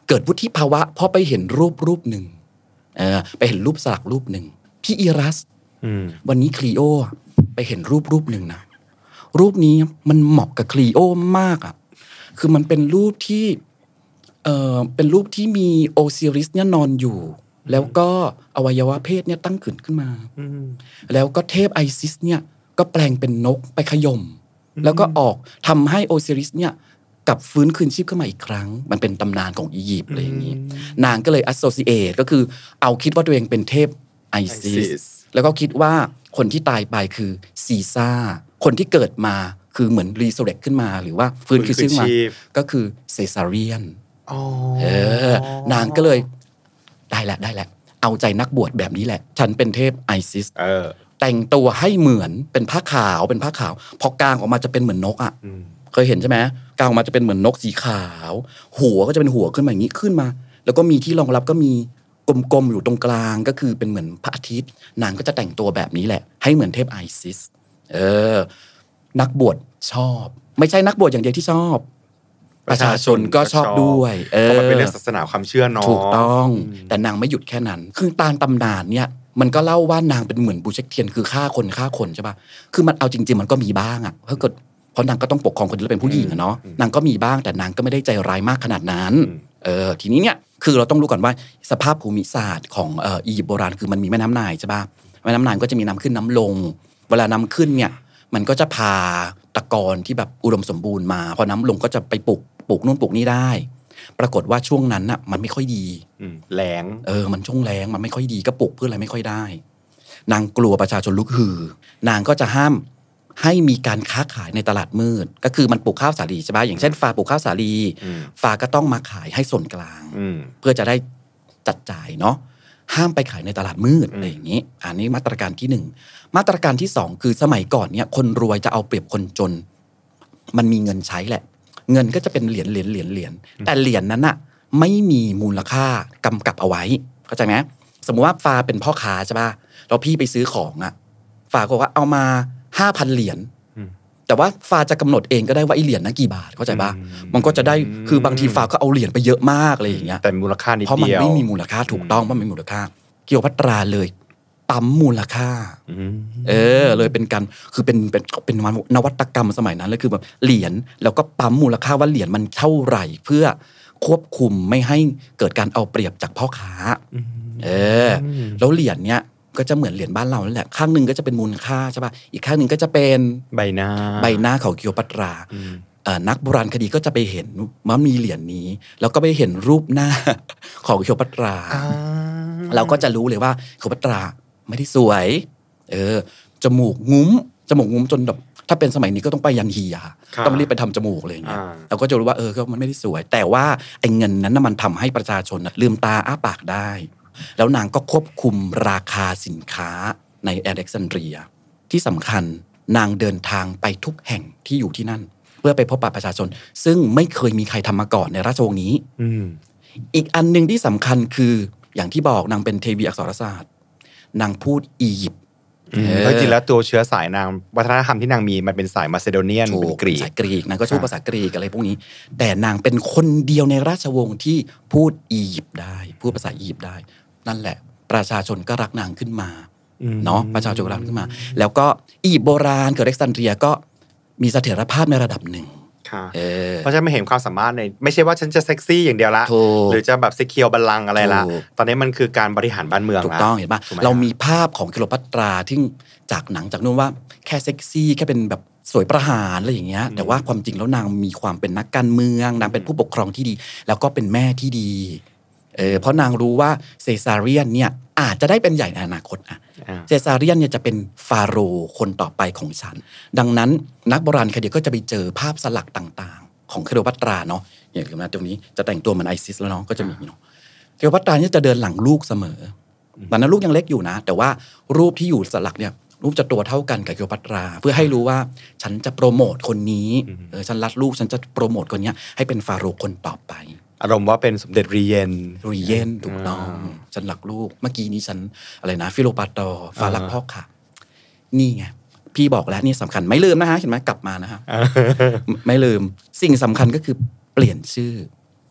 เกิดวุฒิภาวะเพราะไปเห็นรูปหนึ่งไปเห็นรูปสลักรูปหนึ่งพี่อีรัสวันนี้คลีโอไปเห็นรูปหนึ่งนะรูปนี้มันเหมาะกับคลีโอมากอ่ะคือมันเป็นรูปที่เป็นรูปที่มีโอซิริสเนี่ยนอนอยู่แล้วก็อวัยวะเพศเนี่ยตั้งขึ้นมาแล้วก็เทพไอซิสเนี่ยก็แปลงเป็นนกไปขย่มแล้วก็ออกทำให้โอซิริสเนี่ยกลับฟื้นคืนชีพขึ้นมาอีกครั้งมันเป็นตำนานของอียิปต์อะไรอย่างนี้นางก็เลย associate ก็คือเอาคิดว่าตัวเองเป็นเทพไอซิสแล้วก็คิดว่าคนที่ตายไปคือซีซ่าคนที่เกิดมาคือเหมือนรีเซเรคขึ้นมาหรือว่าฟื้นคืนชีพมาก็คือเซซาเรียนนางก็เลยได้แหละเอาใจนักบวชแบบนี้แหละฉันเป็นเทพไอซิสแต่งตัวให้เหมือนเป็นผ้าขาวพอกลางออกมาจะเป็นเหมือนนกอ่ะเคยเห็นใช่ไหมกลางออกมาจะเป็นเหมือนนกสีขาวหัวก็จะเป็นหัวขึ้นมาอย่างนี้ขึ้นมาแล้วก็มีที่รองรับก็มีกลมๆอยู่ตรงกลางก็คือเป็นเหมือนพระอาทิตย์นางก็จะแต่งตัวแบบนี้แหละให้เหมือนเทพไอซิสนักบวชชอบไม่ใช่นักบวชอย่างเดียวที่ชอบประชาชนก็ชอบด้วยเพราะมันเป็นเรื่องศาสนาความเชื่อเนาะถูกต้องแต่นางไม่หยุดแค่นั้นคือตามตำนานเนี่ยมันก็เล่าว่านางเป็นเหมือนบูเช็คเทียนคือฆ่าคนใช่ป่ะคือมันเอาจริงๆมันก็มีบ้างอ่ะเพราะนางก็ต้องปกครองคนที่เป็นผู้หญิงอะเนาะนางก็มีบ้างแต่นางก็ไม่ได้ใจร้ายมากขนาดนั้นทีนี้เนี่ยคือเราต้องรู้ก่อนว่าสภาพภูมิศาสตร์ของอียิปต์โบราณคือมันมีแม่น้ำไนล์ใช่ป่ะแม่น้ำไนล์ก็จะมีน้ำขึ้นน้ำลงเวลาน้ำขึ้นเนี่ยมันก็จะพาตะกอนที่แบบอุดมสมบูรณ์มาพอน้ำลงก็จะไปปลูกนู่นปลูกนี่ได้ปรากฏว่าช่วงนั้นน่ะมันไม่ค่อยดีแล้งมันช่วงแล้งมันไม่ค่อยดีก็ปลูกพืชอะไรไม่ค่อยได้นางกลัวประชาชนลุกฮือนางก็จะห้ามให้มีการค้าขายในตลาดมืดก็คือมันปลูกข้าวสาลีใช่ไหมอย่างเช่นฟาปลูกข้าวสาลีฟาก็ต้องมาขายให้ส่วนกลางเพื่อจะได้จัดจ่ายเนาะห้ามไปขายในตลาดมืดอะไรอย่างนี้อันนี้มาตรการที่1มาตรการที่2คือสมัยก่อนเนี่ยคนรวยจะเอาเปรียบคนจนมันมีเงินใช้แหละเงินก็จะเป็นเหรียญแต่เหรียญนั้นน่ะไม่มีมูลค่ากำกับเอาไว้เข้าใจไหมสมมติว่าฟาเป็นพ่อค้าใช่ป่ะแล้วพี่ไปซื้อของอ่ะฟาก็ว่าเอามา 5,000 เหรียญแต่ว่าฟาจะกำหนดเองก็ได้ว่าไอ้เหรียญนั้นกี่บาทเข้าใจป่ะมันก็จะได้คือบางทีฟาก็เอาเหรียญไปเยอะมากอะไรอย่างเงี้ยแต่มูลค่านิดเดียวเพราะมันไม่มีมูลค่าถูกต้องมันไม่มีมูลค่าเกี่ยวพัตราเลยปั๊มมูลค่าเลยเป็นการคือเป็นนวัตกรรมสมัยนั้นเลยคือแบบเหรียญแล้วก็ปั๊มมูลค่าว่าเหรียญมันเท่าไหร่เพื่อควบคุมไม่ให้เกิดการเอาเปรียบจากพ่อค้าแล้วเหรียญเนี้ยก็จะเหมือนเหรียญบ้านเรานั่นแหละข้างนึงก็จะเป็นมูลค่าใช่ป่ะอีกข้างนึงก็จะเป็นใบหน้าของเกียวปัตรานักโบราณคดีก็จะไปเห็นว่ามีเหรียญนี้แล้วก็ไปเห็นรูปหน้าของเกียวปัตราเราก็จะรู้เลยว่าเกียวปัตราไม่ได้สวยจมูกงุ้มจนแบบถ้าเป็นสมัยนี้ก็ต้องไปยันฮียาต้องรีบไปทำจมูกอะไรอย่างเงี้ยเราก็จะรู้ว่าก็มันไม่ได้สวยแต่ว่าไอ้เงินนั้นมันทำให้ประชาชนลืมตาอ้าปากได้แล้วนางก็ควบคุมราคาสินค้าในอเล็กซานเดรียที่สำคัญนางเดินทางไปทุกแห่งที่อยู่ที่นั่นเพื่อไปพบปะประชาชนซึ่งไม่เคยมีใครทำมาก่อนในราชวงศ์นี้อีกอันนึงที่สำคัญคืออย่างที่บอกนางเป็นเทวีอักษรศาสตร์นางพูดอียิปต์แล้วจริงแล้วตัวเชื้อสายนางวัฒนธรรมที่นางมีมันเป็นสายมาซิโดเนียนเป็นกรีกสายกรีกนางก็พูดภาษากรีกอะไรพวกนี้แต่นางเป็นคนเดียวในราชวงศ์ที่พูดอียิปต์ได้พูดภาษาอียิปต์ได้นั่นแหละประชาชนก็รักนางขึ้นมาเนาะประชาชนก็รักขึ้นมาแล้วก็อียิปต์โบราณกับอเล็กซานเดรียก็มีเสถียรภาพในระดับหนึ่งเพราะฉันไม่เห็นความสามารถในไม่ใช่ว่าฉันจะเซ็กซี่อย่างเดียวละหรือจะแบบซีเคียวบัลลังก์อะไรละตอนนี้มันคือการบริหารบ้านเมืองถูกต้องเห็นป่ะเรามีภาพของคิโลพัตราที่จากหนังจากนู่นว่าแค่เซ็กซี่แค่เป็นแบบสวยประหารอะไรอย่างเงี้ยแต่ว่าความจริงแล้วนางมีความเป็นนักการเมืองนางเป็นผู้ปกครองที่ดีแล้วก็เป็นแม่ที่ดีเพราะนางรู้ว่าเซซาเรียนเนี่ยอาจจะได้เป็นใหญ่ในอนาคตเซซาเรียนเนี่ยจะเป็นฟาโรห์คนต่อไปของฉันดังนั้นนักโบราณคดีก็จะไปเจอภาพสลักต่างๆของคลีโอพัตราเนาะอย่างเห็นไหมตรงนี้จะแต่งตัวเหมือนไอซิสแล้วเนาะก็จะมีเนาะคลีโอพัตราเนี่ยจะเดินหลังลูกเสมอตอนนั้นลูกยังเล็กอยู่นะแต่ว่ารูปที่อยู่สลักเนี่ยรูปจะตัวเท่ากันกับคลีโอพัตราเพื่อให้รู้ว่าฉันจะโปรโมทคนนี้ฉันรักลูกฉันจะโปรโมทคนนี้ให้เป็นฟาโรห์คนต่อไปอารมณ์ว่าเป็นสมเด็จรีเยนถูกต้องฉันรักลูกเมื่อกี้นี้ฉันอะไรนะฟิโลปาโตฟ้ารักพ่อค่ะนี่ไงพี่บอกแล้วนี่สำคัญไม่ลืมนะฮะเห็นไหมกลับมานะฮะไม่ลืมสิ่งสำคัญก็คือเปลี่ยนชื่อ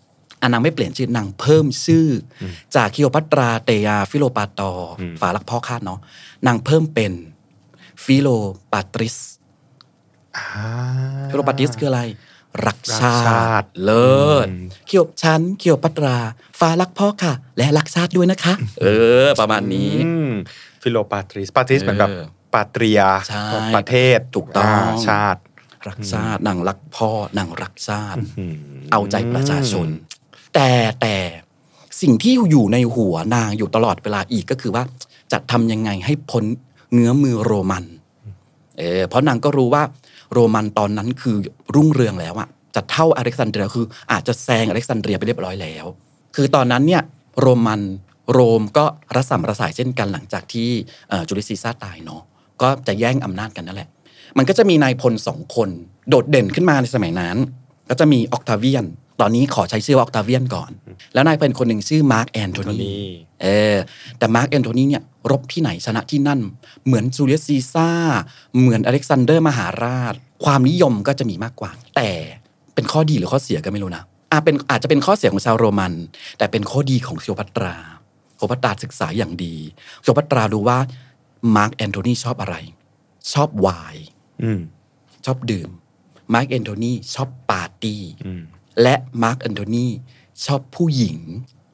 นางไม่เปลี่ยนชื่อนางเพิ่มชื่อจากคิโอพัตราเตยาฟิโลปาตอฝาลักพ่อคาดเนาะนางเพิ่มเป็นฟิโลปาตริสฟิโลปาตริสคืออะไรรักชาติเลิศเคียวชั้นเคียวปัตราฟ้ารักพ่อค่ะและรักชาติด้วยนะคะประมาณนี้ฟิโลปาตริสเหมือนแบบปาตรียประเทศถูกต้องชาติรักชาตินางรักพ่อนางรักชาติเอาใจประชาชนแต่สิ่งที่อยู่ในหัวนางอยู่ตลอดเวลาอีกก็คือว่าจะทำยังไงให้พ้นเงื้อมือโรมันเพราะนางก็รู้ว่าโรมันตอนนั้นคือรุ่งเรืองแล้วอะจะเท่าอเล็กซานเดรียคืออาจจะแซงอเล็กซานเดรียไปเรียบร้อยแล้วคือตอนนั้นเนี่ยโรมก็ระส่ำระสายเช่นกันหลังจากที่จูเลียสซีซ่าร์ตายเนาะก็จะแย่งอำนาจกันนั่นแหละมันก็จะมีนายพล2 คนโดดเด่นขึ้นมาในสมัยนั้นก็จะมีออกทาเวียนตอนนี้ขอใช้ชื่อว่าออกทาเวียนก่อนแล้วนายพลคนหนึ่งชื่อมาร์กแอนโทนีแต่มาร์กแอนโทนีเนี่ยรบที่ไหนชนะที่นั่นเหมือนจูเลียสซีซ่าเหมือนอเล็กซานเดอร์มหาราชความนิยมก็จะมีมากกว่าแต่เป็นข้อดีหรือข้อเสียก็ไม่รู้นะอาจจะเป็นข้อเสียของชาวโรมันแต่เป็นข้อดีของคลีโอพัตราศึกษาอย่างดีคลีโอพัตรารู้ว่ามาร์กแอนโทนีชอบอะไรชอบไวน์ชอบดื่มมาร์กแอนโทนีชอบปาร์ตี้และมาร์กแอนโทนีชอบผู้หญิง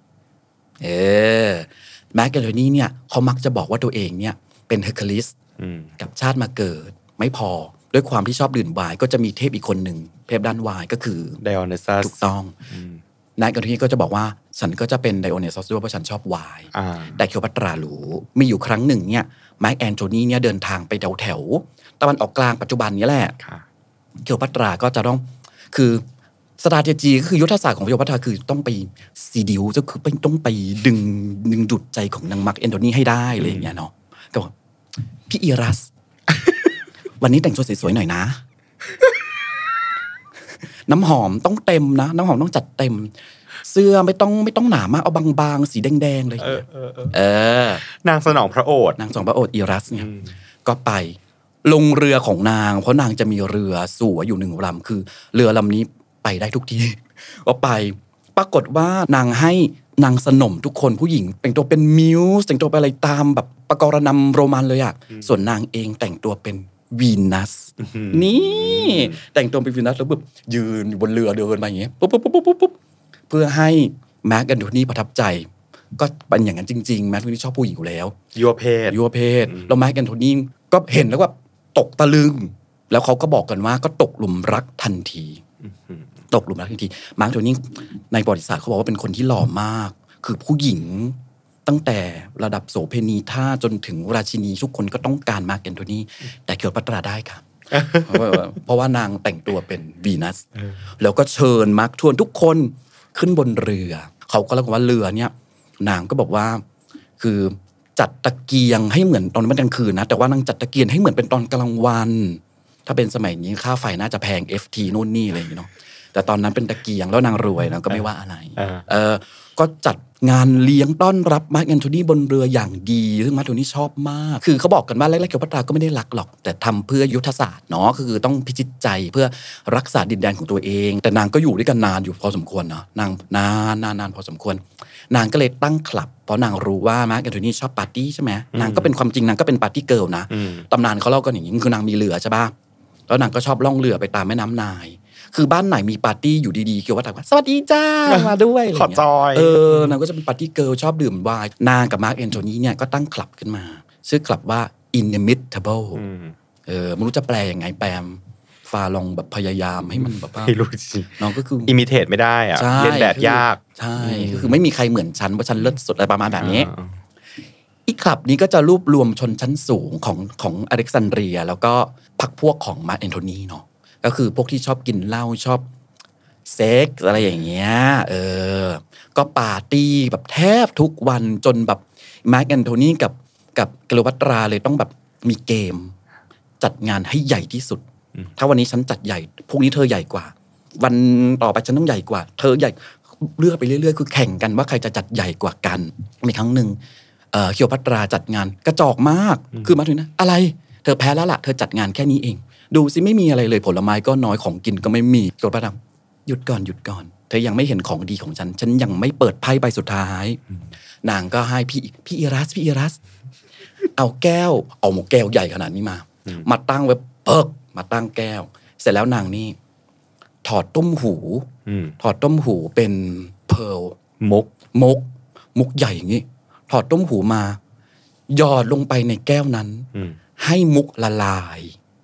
มาร์กแอนโทนีเนี่ยเขามักจะบอกว่าตัวเองเนี่ยเป็นเฮอร์คิวลิสกับชาติมาเกิดไม่พอด้วยความที่ชอบดื่มไวน์ก็จะมีเทพอีกคนหนึ่งเทพด้านไวน์ก็คือไดโอนิซัสถูกต้องนายแอนโทนีก็จะบอกว่าฉันก็จะเป็นไดโอนิซัสด้วยเพราะฉันชอบไวน์แต่คลีโอพัตรารู้มีอยู่ครั้งหนึ่งเนี่ยมาร์กแอนโทนีเนี่ยเดินทางไปแถวตะวันออกกลางปัจจุบันนี้แหละคลีโอพัตราก็จะต้องคือสตราเทจีก็คือยุทธศาสตร์ของคลีโอพัตราคือต้องไปซีดิวก็คือต้องไปดึงดูดใจของนางมาร์กแอนโทนีให้ได้อะไรอย่างเงี้ยเนาะก็บอกพี่อีรัส วันนี้แต่งตัวสวยๆหน่อยนะ น้ำหอมต้องเต็มนะน้ำหอมต้องจัดเต็มเสื้อไม่ต้องหนามากเอาบางๆสีแดงๆเลยนางสนองพระโอษฐ์อีรัสเนี่ยก็ไปลงเรือของนางเพราะนางจะมีเรือสวยอยู่1 ลำคือเรือลำนี้ไปได้ทุกที่ก็ไปปรากฏว่านางให้นางสนมทุกคนผู้หญิงแต่งตัวเป็นมิวส์แต่งตัวเป็นอะไรตามแบบประกรณำโรมันเลยอ่ะส่วนนางเองแต่งตัวเป็นวีนัสนี่แต่งตัวเป็นวีนัสแล้วแบบยืนอยู่บนเรือเดินมาอย่างเงี้ยปุ๊บเพื่อให้มาร์กแอนโทนีประทับใจก็เป็นอย่างนั้นจริงๆมาร์กแอนโทนีชอบผู้หญิงอยู่แล้วยั่วเพศแล้วมาร์กแอนโทนีก็เห็นแล้วว่าตกตะลึงแล้วเขาก็บอกกันว่าก็ตกหลุมรักทันทีมาร์กแอนโทนีในประวัติศาสตร์เขาบอกว่าเป็นคนที่หล่อมากคือผู้หญิงตั้งแต่ระดับโสเภณีท่าจนถึงราชินีทุกคนก็ต้องการมาร์กแอนโทนีแต่คลีโอพัตราได้ค่ะ เพราะว่านางแต่งตัวเป็นวีนัสแล้วก็เชิญมาร์กทวนทุกคนขึ้นบนเรือเขาก็เรียกว่าเรือเนี่ยนางก็บอกว่าคือจัดตะเกียงให้เหมือนตอนกลางคืนนะแต่ว่านางจัดตะเกียงให้เหมือนเป็นตอนกลางวันถ้าเป็นสมัยนี้ค่าไฟน่าจะแพง FT นู่นนี่อะไรอย่างเงี้ยเนาะแต่ตอนนั้นเป็นตะเกียงแล้วนางรวยนะก็ไม่ว่าอะไรก็จัดงานเลี้ยงต้อนรับมาร์กแอนโทนีบนเรืออย่างดีซึ่งมาร์กแอนโทนีชอบมากคือเขาบอกกันว่าแรกๆคลีโอพัตราก็ไม่ได้รักหรอกแต่ทำเพื่อยุทธศาสตร์เนาะคือต้องพิชิตใจเพื่อรักษาดินแดนของตัวเองแต่นางก็อยู่ด้วยกันนานอยู่พอสมควรเนาะนางนานพอสมควรนางก็เลยตั้งคลับเพราะนางรู้ว่ามาร์กแอนโทนีชอบปาร์ตี้ใช่ไหมนางก็เป็นความจริงนางก็เป็นปาร์ตี้เกิร์ลนะตำนานเขาเล่ากันอย่างนี้คือนางมีเรือใช่ป่ะแล้วนางก็ชอบล่องเรือไปตามแม่น้ำนายคือบ้านไหนมีปาร์ตี้อยู่ดีๆคลีโอพัตราสวัสดีจ้ามาด้วยขอจอยนางก็จะเป็นปาร์ตี้เกิร์ลชอบดื่มไวน์นางกับมาร์กแอนโทนีเนี่ยก็ตั้งคลับขึ้นมาชื่อคลับว่า Inimitable ไม่รู้จะแปลยังไงแปลฟาลองแบบพยายามให้มันแบบว่าไม่รู้จริงน้องก็คือ imitate ไม่ได้อะเลียนแบบยากใช่คือไม่มีใครเหมือนฉันเพราะฉันเลิศสุดอะไรประมาณแบบนี้อีกคลับนี้ก็จะรวบรวมชนชั้นสูงของอเล็กซานเดรียแล้วก็พรรคพวกของมาร์กแอนโทนีเนาะก็คือพวกที่ชอบกินเหล้าชอบเซ็กอะไรอย่างเงี้ยก็ปาร์ตี้แบบแทบทุกวันจนแบบมาร์กแอนโทนีกับคลีโอพัตราเลยต้องแบบมีเกมจัดงานให้ใหญ่ที่สุดถ้าวันนี้ฉันจัดใหญ่พรุ่งนี้เธอใหญ่กว่าวันต่อไปฉันต้องใหญ่กว่าเธอใหญ่เลือกไปเรื่อยๆคือแข่งกันว่าใครจะจัดใหญ่กว่ากันมีครั้งหนึ่งคลีโอพัตราจัดงานกระจอกมากคือมาถึงนะอะไรเธอแพ้แล้วล่ะเธอจัดงานแค่นี้เองดูสิไม่มีอะไรเลยผลไม้ก็น้อยของกินก็ไม่มีคลีโอพัตราหยุดก่อนเธอยังไม่เห็นของดีของฉันยังไม่เปิดไพ่ใบสุดท้ายนางก็ให้พี่อีรัสเอาแก้วเอาหมกแก้วใหญ่ขนาดนี้มาตั้งไว้มาตั้งแก้วเสร็จแล้วนางนี่ถอดต้มหูเป็นเพร์ลมุกใหญ่อย่างนี้ถอดต้มหูมาหยอดลงไปในแก้วนั้นให้มุกละลาย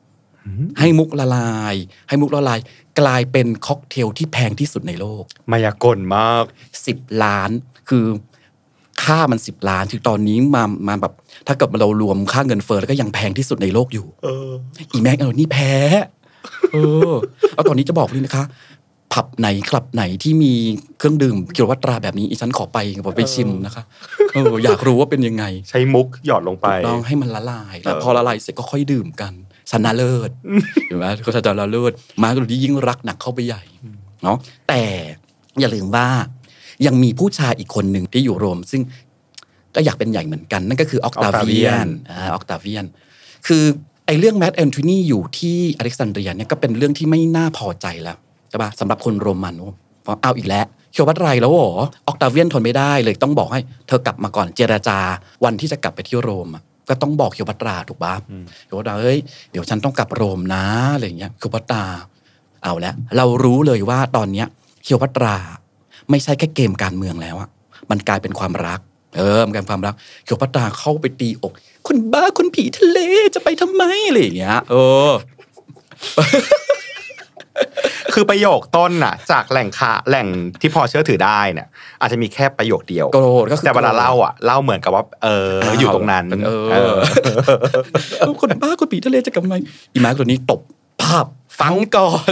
กลายเป็นค็อกเทลที่แพงที่สุดในโลกมายากลมาก 10 ล้านคือค่ามัน10 ล้านคือตอนนี้มาแบบถ้าเกิดเรารวมค่าเงินเฟ้อแล้วก็ยังแพงที่สุดในโลกอยู่อีแม็กนี่แพ้เอาตอนนี้จะบอกเลยนะคะผับไหนคลับไหนที่มีเครื่องดื่มกิโลวัตราแบบนี้อีฉันขอไปชิมนะคะอยากรู้ว่าเป็นยังไงใช้มุกหยอดลงไปต้องให้มันละลายแล้วพอละลายเสร็จก็ค่อยดื่มกันชนะเลิศเห็นไหมก็ชนะเลิศมาก็ยิ่งรักหนักเข้าไปใหญ่เนาะแต่อย่าลืมว่ายังมีผู้ชายอีกคนหนึ่งที่อยู่โรมซึ่งก็อยากเป็นใหญ่เหมือนกันนั่นก็คือออกตาเวียนคือไอ้เรื่องแมทแอนโทนีอยู่ที่อเล็กซานเดรียเนี่ยก็เป็นเรื่องที่ไม่น่าพอใจแล้วใช่ป่ะสำหรับคนโรมันเอาอีกแล้วเคียววัตไรแล้วเหรอออกตาเวียนทนไม่ได้เลยต้องบอกให้เธอกลับมาก่อนเจรจาวันที่จะกลับไปที่โรมก็ต้องบอกเคียววัตราถูกป่ะเคียววัตราเดี๋ยวฉันต้องกลับโรมนะอะไรอย่างเงี้ยเคียววัตราเอาแล้วเรารู้เลยว่าตอนเนี้ยเคียววัตราไม่ใช่แค่เกมการเมืองแล้วมันกลายเป็นความรักมันกลายเป็นความรักเคียววัตราเข้าไปตีอกคนบ้าคนผีทะเลจะไปทำไมอะไรอย่างเงี้ยคือประโยคต้นน่ะจากแหล่งที่พอเชื่อถือได้เนี่ยอาจจะมีแค่ประโยคเดียวแต่เวลาเล่าเหมือนกับว่าอยู่ตรงนั้นคนบ้าคนผีทะเลจะกลับมาอีมาร์กตัวนี้ตบภาพฟังก่อน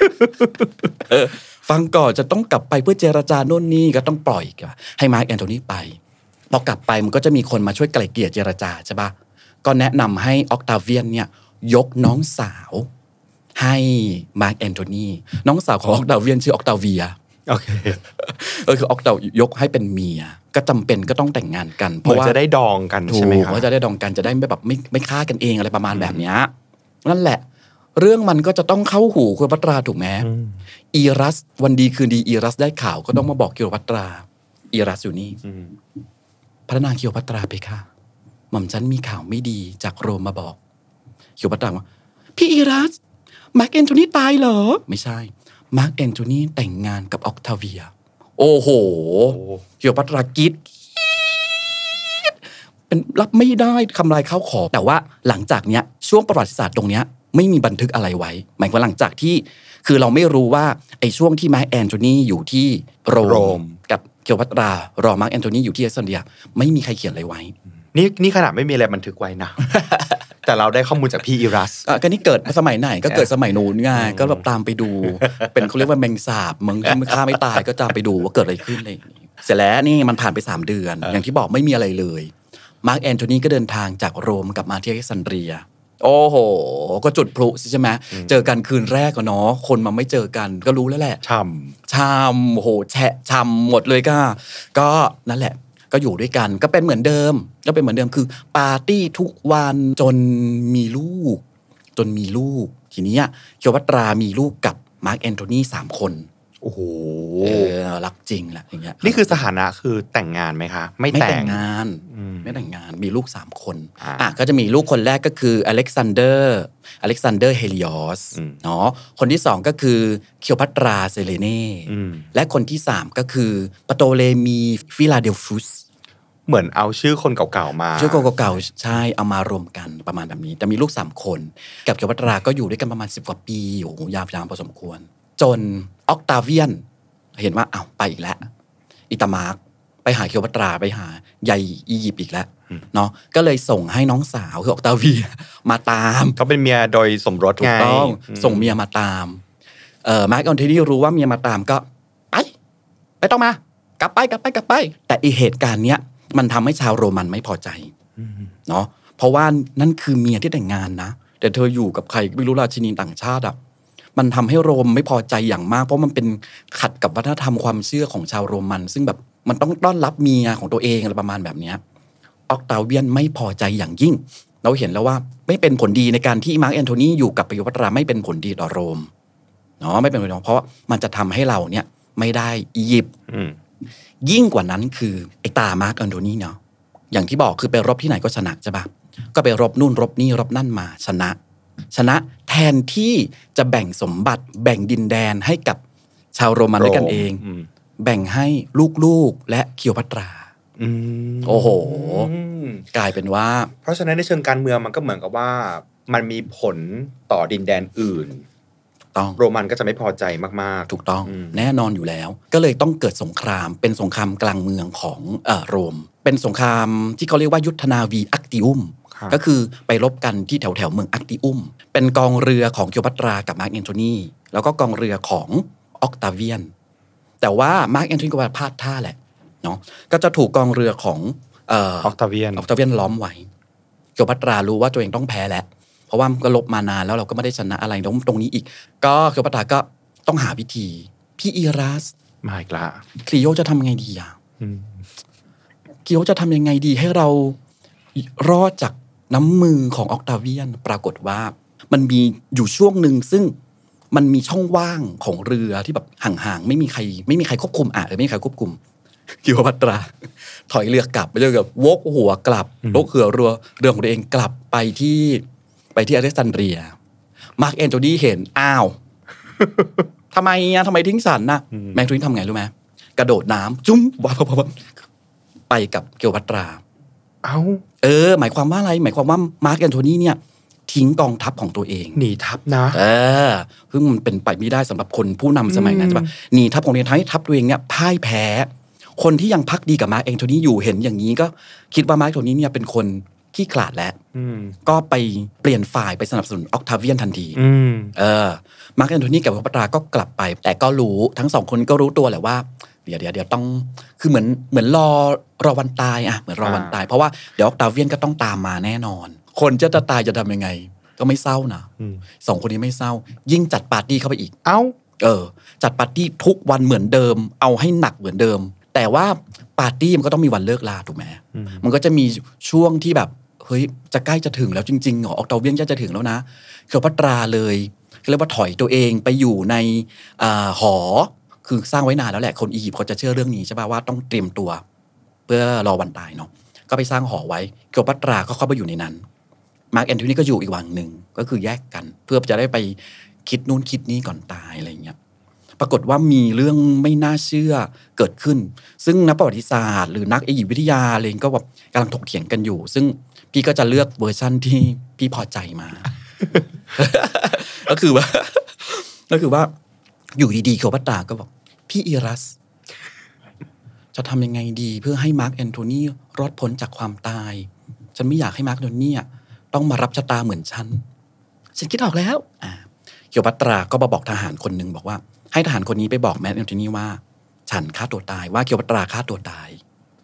จะต้องกลับไปเพื่อเจรจาโน่นนี่ก็ต้องปล่อยให้มาร์กแอนโทนีไปพอกลับไปมันก็จะมีคนมาช่วยไกล่เกลี่ยเจรจาใช่ป่ะก็แนะนำให้ออกตาเวียนเนี่ยยกน้องสาวให้มาร์กแอนโทนีน้องสาวของออกตาเวียนชื่อออกตาเวียโอเคคือออกตายกให้เป็นเมียก็จำเป็นก็ต้องแต่งงานกันเพราะว่าจะได้ดองกันใช่ไหมครับว่าจะได้ดองกันจะได้ไม่แบบไม่ฆ่ากันเองอะไรประมาณแบบนี้นั่นแหละเรื่องมันก็จะต้องเข้าหูคลีโอพัตราถูกไหมอีรัสวันดีคืนดีอีรัสได้ข่าวก็ต้องมาบอกคลีโอพัตราอีรัสอยู่นี่พระนางคลีโอพัตราไปค่ะหม่อมฉันมีข่าวไม่ดีจากโรมมาบอกคลีโอพัตราว่าพี่อีรัสมาร์กแอนโทนีตายเหรอไม่ใช่มาร์กแอนโทนีแต่งงานกับออกตาเวียโอ้โหคลีโอพัตรากิดเป็นรับไม่ได้ทำลายข้าวของแต่ว่าหลังจากเนี้ยช่วงประวัติศาสตร์ตรงเนี้ยไม่มีบันทึกอะไรไว้หมายความว่าหลังจากที่คือเราไม่รู้ว่าไอ้ช่วงที่มาร์กแอนโทนีอยู่ที่โรมกับคลีโอพัตรารอมาร์กแอนโทนีอยู่ที่อเล็กซานเดรียไม่มีใครเขียนอะไรไว้นี่ขนาดไม่มีอะไรบันทึกไว้นะ แต่เราได้ข้อมูลจากพี่อีรัสก็นี่เกิดสมัยไหนก็เกิดสมัยนู้นไงก็แบบตามไปดูเป็นเขาเรียกว่าแมงสาบมึงที่ฆ่าไม่ตายก็ตามไปดูว่าเกิดอะไรขึ้นเลยเสร็จแล้วนี่มันผ่านไป3 เดือนอย่างที่บอกไม่มีอะไรเลยมาร์กแอนโทนีก็เดินทางจากโรมกลับมาที่อเล็กซานเดรียโอ้โหก็จุดพลุใช่ไหมเจอกันคืนแรกเนาะคนมาไม่เจอกันก็รู้แล้วแหละช่ำโหแฉะช่ำหมดเลยก็นั่นแหละก็อยู่ด้วยกันก็เป็นเหมือนเดิมคือปาร์ตี้ทุกวันจนมีลูกทีนี้คลีโอพัตรามีลูกกับมาร์กแอนโทนี3 คนโอ้โหรักจริงแหละอย่างเงี้ยนี่คือสถานะคือแต่งงานไหมคะไม่แต่งงานมีลูก3 คนก็จะมีลูกคนแรกก็คืออเล็กซานเดอร์เฮลิออสเนาะคนที่2ก็คือคลีโอพัตราเซเลเน่และคนที่3ก็คือปโตเลมีฟิลาเดลฟุสเหมือนเอาชื่อคนเก่าๆมาชื่อเก่าๆใช่เอามารวมกันประมาณแบบนี้แต่มีลูก3 คนกับคลีโอพัตราก็อยู่ด้วยกันประมาณ10 กว่าปีอยู่ยาวนานพอสมควรจนออกตาเวียนเห็นว่าอ้าวไปอีกแล้วอิตามาร์กไปหาคลีโอพัตราไปหาใหญ่อียิปต์อีกแล้วเนาะก็เลยส่งให้น้องสาวคือออกตาเวียมาตามเขาเป็นเมียโดยสมรสไงถูกต้องส่งเมียมาตามมาร์กแอนโทนีรู้ว่าเมียมาตามก็ไปต้องมากลับไปแต่อีเหตุการณ์เนี้ยมันทำให้ชาวโรมันไม่พอใจเนาะเพราะว่านั่นคือเมียที่แต่งงานนะแต่เธออยู่กับใครไม่รู้ราชินีต่างชาติมันทำให้โรมไม่พอใจอย่างมากเพราะมันเป็นขัดกับวัฒนธรรมความเชื่อของชาวโรมันซึ่งแบบมันต้องต้อนรับเมียของตัวเองอะไรประมาณแบบนี้ออกตาเวียนไม่พอใจอย่างยิ่งเราเห็นแล้วว่าไม่เป็นผลดีในการที่มาร์กแอนโทนีอยู่กับคลีโอพัตราไม่เป็นผลดีต่อโรมเนาะไม่เป็นผลดีเพราะมันจะทำให้เราเนี่ยไม่ได้อียิปต์ยิ่งกว่านั้นคือไอ้ตามาร์กอันโทนีเนาะอย่างที่บอกคือไปรบที่ไหนก็ชนะใช่ปะก็ไปรบนู่นรบนี่รบนั่นมาชนะแทนที่จะแบ่งสมบัติแบ่งดินแดนให้กับชาวโรมันด้วยกันเองแบ่งให้ลูกๆและคิโอพัตราโอ้โหกลายเป็นว่าเพราะฉะนั้นในเชิงการเมืองมันก็เหมือนกับว่ามันมีผลต่อดินแดนอื่นต้องโรมันก็จะไม่พอใจมากๆถูกต้องแน่นอนอยู่แล้วก็เลยต้องเกิดสงครามเป็นสงครามกลางเมืองของโรมเป็นสงครามที่เขาเรียกว่ายุทธนาวีอักติอุมก็คือไปรบกันที่แถวเมืองอักติอุมเป็นกองเรือของคิโอพัตรากับมาร์กแอนโทนีแล้วก็กองเรือของออกตาเวียนแต่ว่ามาร์กแอนโทนีก็พลาดท่าแหละเนาะก็จะถูกกองเรือของออกตาเวียนล้อมไว้คิโอพัตรารู้ว่าตัวเองต้องแพ้แล้วเพราะว่าก็ลบมานานแล้วเราก็ไม่ได้ชนะอะไรตรงนี้อีกก็คิโอพัตราก็ต้องหาวิธีพี่อีรัสมาอีกละคลีโอจะทำยังไงดีอ่ะคลีโอจะทำยังไงดีให้เรารอดจากน้ำมือของออกตาเวียนปรากฏว่ามันมีอยู่ช่วงหนึ่งซึ่งมันมีช่องว่างของเรือที่แบบห่างๆไม่มีใครควบคุมหรือไม่มีใครควบคุมคิโอพัตราถอยเรือกลับไปเรื่อยกับวกหัวกลับวกเรือของตัวเองกลับไปที่อเล็กซานเดรียมาร์กแอนโทนีเห็นอ้าวทำไมทิ้งฉันนะแมคโทนีทำไงรู้ไหมกระโดดน้ำจุ้มไปกับคิโอพัตราหมายความว่าอะไรหมายความว่ามาร์กแอนโทนีเนี่ยทิ้งกองทัพของตัวเองหนีทัพนะซึ่งมันเป็นไปไม่ได้สำหรับคนผู้นำสมัยนั้นใช่ปะหนีทัพของตัวเองทำให้ทัพตัวเองเนี่ยพ่ายแพ้คนที่ยังภักดีกับมาร์กแอนโทนีอยู่เห็นอย่างนี้ก็คิดว่ามาร์กแอนโทนีเนี่ยเป็นคนขี้ขลาดแล้วก็ไปเปลี่ยนฝ่ายไปสนับสนุนออกตาเวียนทันทีมาร์กแอนโทนีกับคิโอพัตราก็กลับไปแต่ก็รู้ทั้งสองคนก็รู้ตัวแหละว่าเดี๋ยวต้องคือเหมือนรอวันตายเหมือนรอวันตายเพราะว่าเดี๋ยวออกตาเวียนก็ต้องตามมาแน่นอนคนจะตายจะทำยังไงก็ไม่เศร้านะสองคนนี้ไม่เศร้ายิ่งจัดปาร์ตี้เข้าไปอีกจัดปาร์ตี้ทุกวันเหมือนเดิมเอาให้หนักเหมือนเดิมแต่ว่าปาร์ตี้มันก็ต้องมีวันเลิกลาถูกไหมมันก็จะมีช่วงที่แบบเฮ้ยจะใกล้จะถึงแล้วจริงๆเหรอออกตาเวียนจะถึงแล้วนะคิโอพัตราเลยเรียกว่าถอยตัวเองไปอยู่ในหอคือสร้างไว้นานแล้วแหละคนอียิปต์เขาจะเชื่อเรื่องนี้ใช่ป่ะว่าต้องเตรียมตัวเพื่อรอวันตายเนาะก็ไปสร้างหอไว้คิโอพัตราก็เข้าไปอยู่ในนั้นมาร์กแอนโทนีก็อยู่อีกวังหนึ่งก็คือแยกกันเพื่อจะได้ไปคิดนู่นคิดนี่ก่อนตายอะไรเงี้ยปรากฏว่ามีเรื่องไม่น่าเชื่อเกิดขึ้นซึ่งนักประวัติศาสตร์หรือนักอียิปต์วิทยาอะไรก็แบบกำลังถกเถียงกันอยู่ซึ่งพี่ก็จะเลือกเวอร์ชั่นที่พี่พอใจมา ก็คือว่าอยู่ดีๆคิโอพัตราก็บอกพี่อีรัสจะทำยังไงดีเพื่อให้มาร์กแอนโทนีรอดพ้นจากความตายฉันไม่อยากให้มาร์กแอนโทนีต้องมารับชะตาเหมือนฉันคิดออกแล้วคิโอพัตราก็มาบอกทหารคนหนึ่งบอกว่าให้ทหารคนนี้ไปบอกมาร์กแอนโทนีว่าฉันฆ่าตัวตายว่าคิโอพัตราฆ่าตัวตาย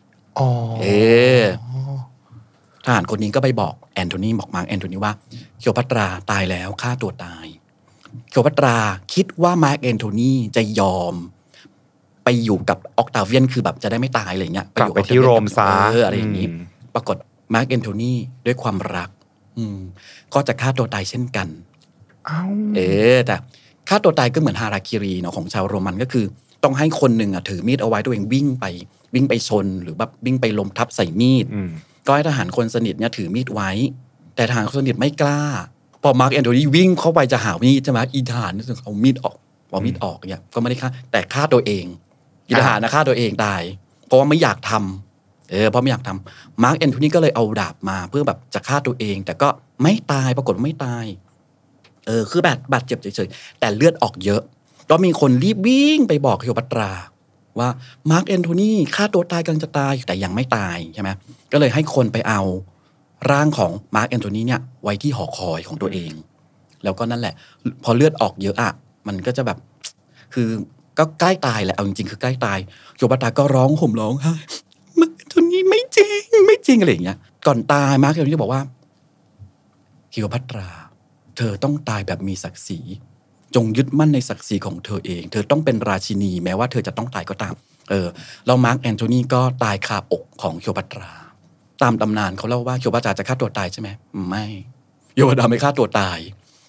ทหารคนนี้ก็ไปบอกแอนโทนีบอกมาร์กแอนโทนีว่าคิโอพัตราตายแล้วฆ่าตัวตายคิโอพัตราคิดว่ามาร์กแอนโทนีจะยอมไปอยู่กับออกตาเวียนคือแบบจะได้ไม่ตายอะไรเงี้ยกลับไปที่โรมซะอะไรอย่างนี้ปรากฏมาร์กแอนโทนีด้วยความรักก็จะฆ่าตัวตายเช่นกันแต่ฆ่าตัวตายก็เหมือนฮาราคิรีเนาะของชาวโรมันก็คือต้องให้คนหนึ่งถือมีดเอาไว้ตัวเองวิ่งไปชนหรือแบบวิ่งไปล้มทับใส่มีดก็ให้ทหารคนสนิทเนี่ยถือมีดไว้แต่ทหารคนสนิทไม่กล้าพอมาร์กแอนโทนีวิ่งเข้าไปจะหามีดใช่ไหมอีทหารนี่เอามีดออกเนี่ยก็ไม่ได้ฆ่าแต่ฆ่าตัวเองอีทหารฆ่าตัวเองตายเพราะว่าไม่อยากทำเพราะไม่อยากทำมาร์กแอนโทนีก็เลยเอาดาบมาเพื่อแบบจะฆ่าตัวเองแต่ก็ไม่ตายปรากฏไม่ตายคือแบบบาดเจ็บเฉยๆแต่เลือดออกเยอะก็มีคนรีบวิ่งไปบอกคิโอพัตราว่ามาร์กแอนโทนีฆ่าตัวตายกำลังจะตายแต่ยังไม่ตายใช่ไหมก็เลยให้คนไปเอาร่างของมาร์กแอนโทนีเนี่ยไว้ที่หอคอยของตัวเองแล้วก็นั่นแหละพอเลือดออกเยอะมันก็จะแบบคือก็ใกล้ตายแหละเอาจริงๆคือใกล้ตายคิโอพัตราก็ร้องห่มร้องไห้มาร์กแอนโทนีไม่จริงอะไรอย่างเงี้ยก่อนตายมาร์กแอนโทนีบอกว่าคิโอพัตราเธอต้องตายแบบมีศักดิ์ศรีจงยึดมั่นในศักดิ์ศรีของเธอเองเธอต้องเป็นราชินีแม้ว่าเธอจะต้องตายก็ตามแล้วมาร์กแอนโทนีก็ตายคาอกของคิโอพัตราตามตำนานเขาเล่าว่าคิโอพัตราจะฆ่าตัวตายใช่ไหมไม่คิโอพัตราไม่ฆ่าตัวตาย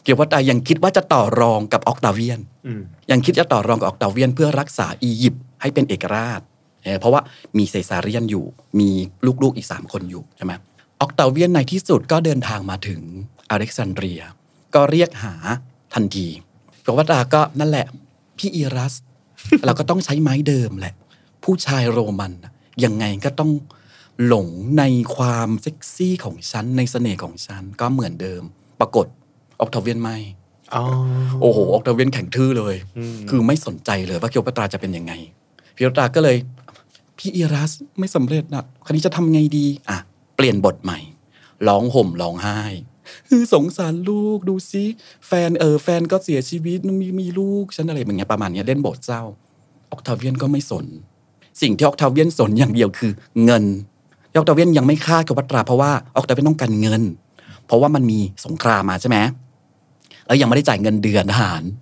เกียวปัตรายังคิดว่าจะต่อรองกับออกตาเวียน ยังคิดจะต่อรองกับออกตาเวียนเพื่อรักษาอียิปต์ให้เป็นเอกราชเพราะว่ามีเซซาเรียนอยู่มีลูกๆอีก3คนอยู่ใช่ไหมออกตาเวียนในที่สุดก็เดินทางมาถึงอเล็กซานเดรียก็เรียกหาทันทีเกียวปัตราก็นั่นแหละพี่อีรัส เราก็ต้องใช้ไม้เดิมแหละผู้ชายโรมันยังไงก็ต้องหลงในความเซ็กซี่ของฉันในเสน่ห์ของฉันก็เหมือนเดิมปรากฏออกตาเวียนไม่โอ้โหออกตาเวียนแข็งทื่อเลยคือไม่สนใจเลยว่าเกียวปัตราจะเป็นยังไงเกียวปัตราก็เลยพี่อีรัสไม่สำเร็จนะคราวนี้จะทำไงดีเปลี่ยนบทใหม่ร้องห่มร้องไห้สงสารลูกดูซิแฟนก็เสียชีวิตมีลูกฉันอะไรแบบนี้ประมาณนี้เล่นบทเศร้าออกตาเวียนก็ไม่สนสิ่งที่ออกตาเวียนสนอย่างเดียวคือเงินออกตาเวียนยังไม่ฆ่าเกียวปัตราเพราะว่าออกตาเวียนต้องการเงินเพราะว่ามันมีสงครามมาใช่ไหมแล้วยังไม่ได้จ่ายเงินเดือนทหาร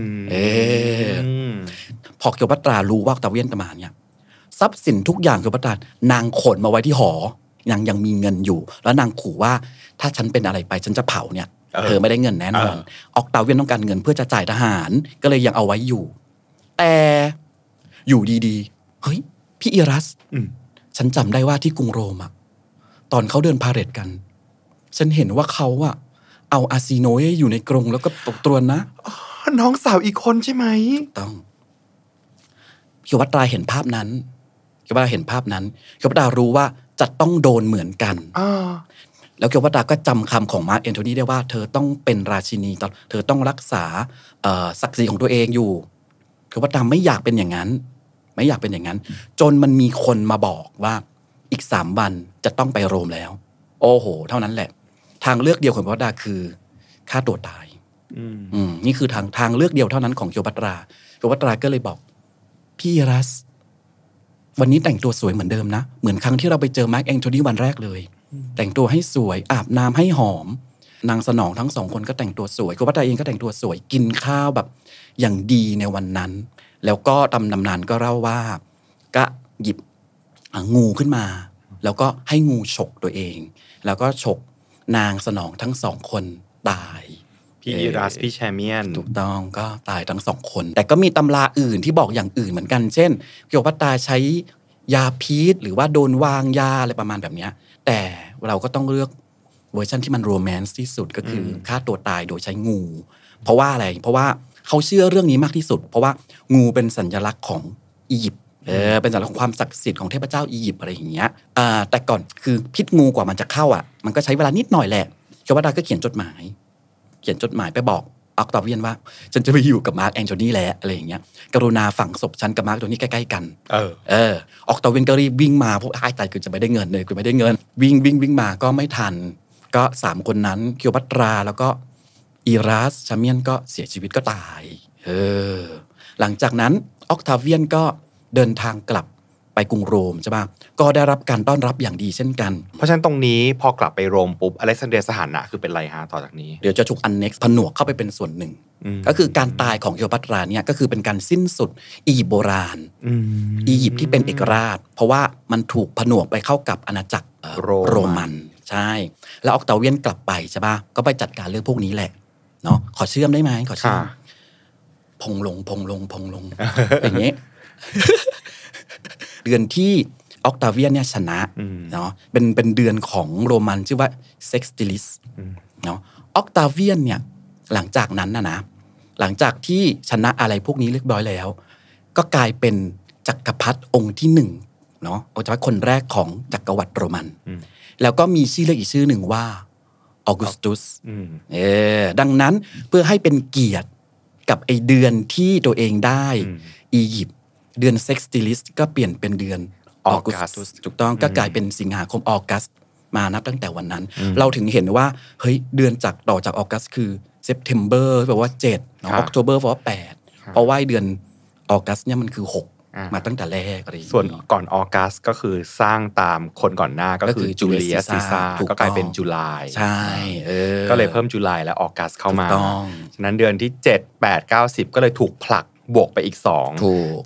พอเกียวปัตรารู้ว่าออกตาเวียนประมาณเนี่ยทรัพย์สินทุกอย่างเกียวปัตรานางขนมาไว้ที่หอนางยังมีเงินอยู่แล้วนางขู่ว่าถ้าฉันเป็นอะไรไปฉันจะเผาเนี่ยเธอไม่ได้เงินแน่นอนออกตาเวียนต้องการเงินเพื่อจะจ่ายทหารก็เลยยังเอาไว้อยู่แต่อยู่ดีๆเฮ้ยพี่อีรัสฉันจำได้ว่าที่กรุงโรมตอนเขาเดินพาเหรดกันฉันเห็นว่าเขาเอาอาซีโนเออยู่ในกรงแล้วก็ตกตรวนนะน้องสาวอีกคนใช่ไหมต้องเกียวปัตราเห็นภาพนั้นเกียวปัตราเห็นภาพนั้นเกียวปัตรารู้ว่าจะต้องโดนเหมือนกันแล้วเกียวปัตราก็จำคำของมาร์คแอนโทนีได้ว่าเธอต้องเป็นราชินีเธอต้องรักษาศักดิ์ศรีของตัวเองอยู่เกียวปัตราไม่อยากเป็นอย่างนั้นจนมันมีคนมาบอกว่าอีก3 วันจะต้องไปโรมแล้วโอ้โหเท่านั้นแหละทางเลือกเดียวของเกียวปัตราคือฆ่าตัวตายนี่คือทางเลือกเดียวเท่านั้นของเกียวปัตราก็เลยบอกพี่รัสวันนี้แต่งตัวสวยเหมือนเดิมนะเหมือนครั้งที่เราไปเจอมาร์คแอนโทนีวันแรกเลยแต่งตัวให้สวยอาบน้ำให้หอมนางสนองทั้ง2คนก็แต่งตัวสวยเกียวปัตราเองก็แต่งตัวสวยกินข้าวแบบอย่างดีในวันนั้นแล้วก็ตำนานก็เล่าว่าก็หยิบงูขึ้นมาแล้วก็ให้งูฉกตัวเองแล้วก็ฉกนางสนองทั้ง2คนตายพี่อีรัสพี่แชเมียนถูกต้องก็ตายทั้ง2คนแต่ก็มีตำราอื่นที่บอกอย่างอื่นเหมือนกันเช่นเกียวปัตราใช้ยาพิษหรือว่าโดนวางยาอะไรประมาณแบบนี้แต่เราก็ต้องเลือกเวอร์ชันที่มันโรแมนซ์ที่สุดก็คือฆ่าตัวตายโดยใช้งูเพราะว่าอะไรเพราะว่าเขาเชื่อเรื่องนี้มากที่สุดเพราะว่างูเป็นสัญลักษณ์ของอียิปต์เป็นสัญลักษณ์ของความศักดิ์สิทธิ์ของเทพเจ้าอียิปต์อะไรอย่างเงี้ยแต่ก่อนคือพิษงูกว่ามันจะเข้ามันก็ใช้เวลานิดหน่อยแหละเกียวปัตราก็เขียนจดหมายไปบอกออกตาเวียนว่าฉันจะไปอยู่กับมาร์คแอนโทนีแล้วอะไรอย่างเงี้ยกรุณาฝังศพฉันกับมาร์คแอนโทนีใกล้ๆกันออกตาเวียนก็รีบวิ่งมาเพราะตายคือจะไม่ได้เงินเลยคือไม่ได้เงินวิ่งมาก็ไม่ทันก็3คนนั้นเกียวปัตราแล้วก็อีรัสชาเมียนก็เสียชีวิตก็ตายหลังจากนั้นออกตาเวียนก็เดินทางกลับไปกรุงโรมใช่ป่ะก็ได้รับการต้อนรับอย่างดีเช่นกันเพราะฉะนั้นตรงนี้พอกลับไปโรมปุ๊บอเล็กซานเดรียสถานะคือเป็นไรฮะต่อจากนี้เดี๋ยวจะถูกอันเน็กซ์ผนวกเข้าไปเป็นส่วนหนึ่งก็คือการตายของเกียวปัตราเนี่ยก็คือเป็นการสิ้นสุดอียิปต์โบราณอียิปต์ที่เป็นเอกราชเพราะว่ามันถูกผนวกไปเข้ากับอาณาจักรโรมันใช่แล้วออกตาเวียนกลับไปใช่ป่ะก็ไปจัดการเรื่องพวกนี้แหละเนาะขอเชื่อมได้ไหมขอเชื่อมพงลงอย่างนี้เดือนที่ออกตาเวียนเนี่ยชนะเนาะเป็นเดือนของโรมันชื่อว่าเซ็กซ์ติลิสเนาะออกตาเวียนเนี่ยหลังจากนั้นนะหลังจากที่ชนะอะไรพวกนี้เรียบร้อยแล้วก็กลายเป็นจักรพรรดิองค์ที่1เนาะจักรพรรดิคนแรกของจักรวรรดิโรมันแล้วก็มีชื่อเรียกอีกชื่อหนึ่งว่าออกุสตุสดังนั้นเพื่อให้เป็นเกียรติกับไอเดือนที่ตัวเองได้อียิปต์เดือนเซ็กซ์ติลิสก็เปลี่ยนเป็นเดือนออกัสถูกต้องก็กลายเป็นสิงหาคมออกัสมานับตั้งแต่วันนั้นเราถึงเห็นว่าเฮ้ยเดือนต่อจากออกัสคือเซปเทมเบอร์แปลว่า7ออกโทเบอร์แปลว่า8เพราะว่าเดือนออกัสเนี่ยมันคือ6มาตั้งแต่แรกอะไรส่วนก่อนออกัสก็คือสร้างตามคนก่อนหน้าก็คือจูเลียสซีซ่าก็กลายเป็นจุลายใช่ก็เลยเพิ่มจุลายและออกัสเข้ามาฉะนั้นเดือนที่7 8 9 10ก็เลยถูกผลักบวกไปอีก2 7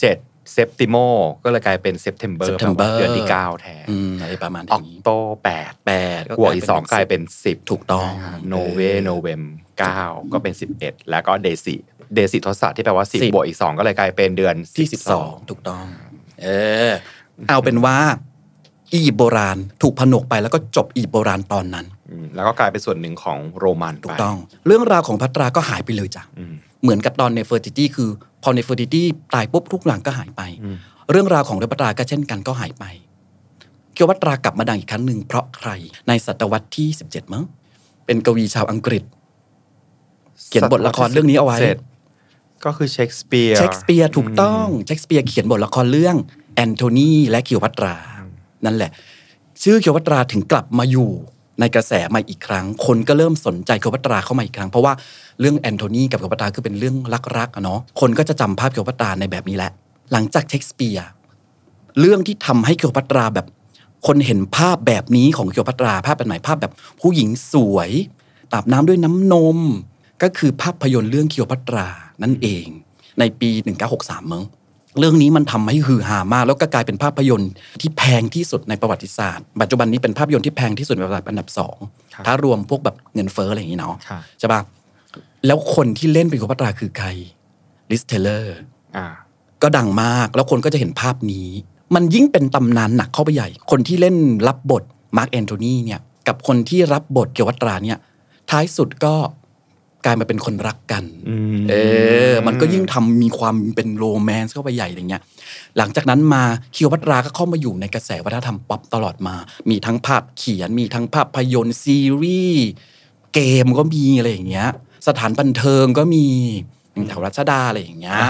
เซปติโมก็เลยกลายเป็นเซปเทมเบอร์เดือนที่9แทนอะไรประมาณนี้ออกโต8บวกอีก2กลายเป็น10 ถูกต้องโนเวม9ก็เป็น11แล้วก็เดซิทศที่แปลว่า10บวกอีก2ก็เลยกลายเป็นเดือนที่12ถูกต้องเอาเป็นว่าอียิปต์โบราณถูกผนวกไปแล้วก็จบอียิปต์โบราณตอนนั้นแล้วก็กลายเป็นส่วนหนึ่งของโรมันถูกต้องเรื่องราวของพัตราก็หายไปเลยจ้ะเหมือนกับตอนเนเฟอร์ติตี้คือพอเนเฟอร์ติตี้ตายปุ๊บทุกอย่างก็หายไปเรื่องราวของเรือพัตราก็เช่นกันก็หายไปเคียวพัตรากลับมาดังอีกครั้งหนึ่งเพราะใครในศตวรรษที่17มั้งเป็นกวีชาวอังกฤษเขียนบทละครเรื่องนี้เอาไว้ก็คือเชคสเปียร์ถูกต้องเชคสเปียร์เขียนบทละครเรื่องแอนโทนีและเคียวพัตรานั่นแหละชื่อเคียวพัตราถึงกลับมาอยู่ในกระแสมาอีกครั้งคนก็เริ่มสนใจเคียวพัตราเข้ามาอีกครั้งเพราะว่าเรื่องแอนโทนีกับเคียวพัตราคือเป็นเรื่องรักๆเนาะคนก็จะจำภาพเคียวพัตราในแบบนี้แหละหลังจากเชคสเปียร์เรื่องที่ทำให้เคียวพัตราแบบคนเห็นภาพแบบนี้ของเคียวพัตราภาพเป็นไหนภาพแบบผู้หญิงสวยอาบน้ำด้วยน้ำนมก็คือภาพยนตร์เรื่องเคียวพัตรานั่นเองในปี1963มั้งเรื่องนี้มันทำให้ฮือฮามากแล้วก็กลายเป็นภาพยนตร์ที่แพงที่สุดในประวัติศาสตร์ปัจจุบันนี้เป็นภาพยนตร์ที่แพงที่สุดในประวัติศาสตร์อันดับ2ถ้ารวมพวกแบบเงินเฟ้ออะไรอย่างนี้เนาะใช่ป่ะแล้วคนที่เล่นเป็นเคียวพัตราคือใครลิสเทเลอร์ก็ดังมากแล้วคนก็จะเห็นภาพนี้มันยิ่งเป็นตำนานหนักเข้าไปใหญ่คนที่เล่นรับบทมาร์คแอนโทนีเนี่ยกับคนที่รับบทเคียวพัตราเนี่ยท้ายสุดก็กลายมาเป็นคนรักกันมันก็ยิ่งทำมีความเป็นโรแมนซ์เข้าไปใหญ่อย่างเงี้ยหลังจากนั้นมาเคียวพัตราก็เข้ามาอยู่ในกระแสวัฒนธรรมป๊อปตลอดมามีทั้งภาพเขียนมีทั้งภาพยนตร์ซีรีส์เกมก็มีอะไรอย่างเงี้ยสถานบันเทิงก็มีแถวรัชดาอะไรอย่างเงี้ย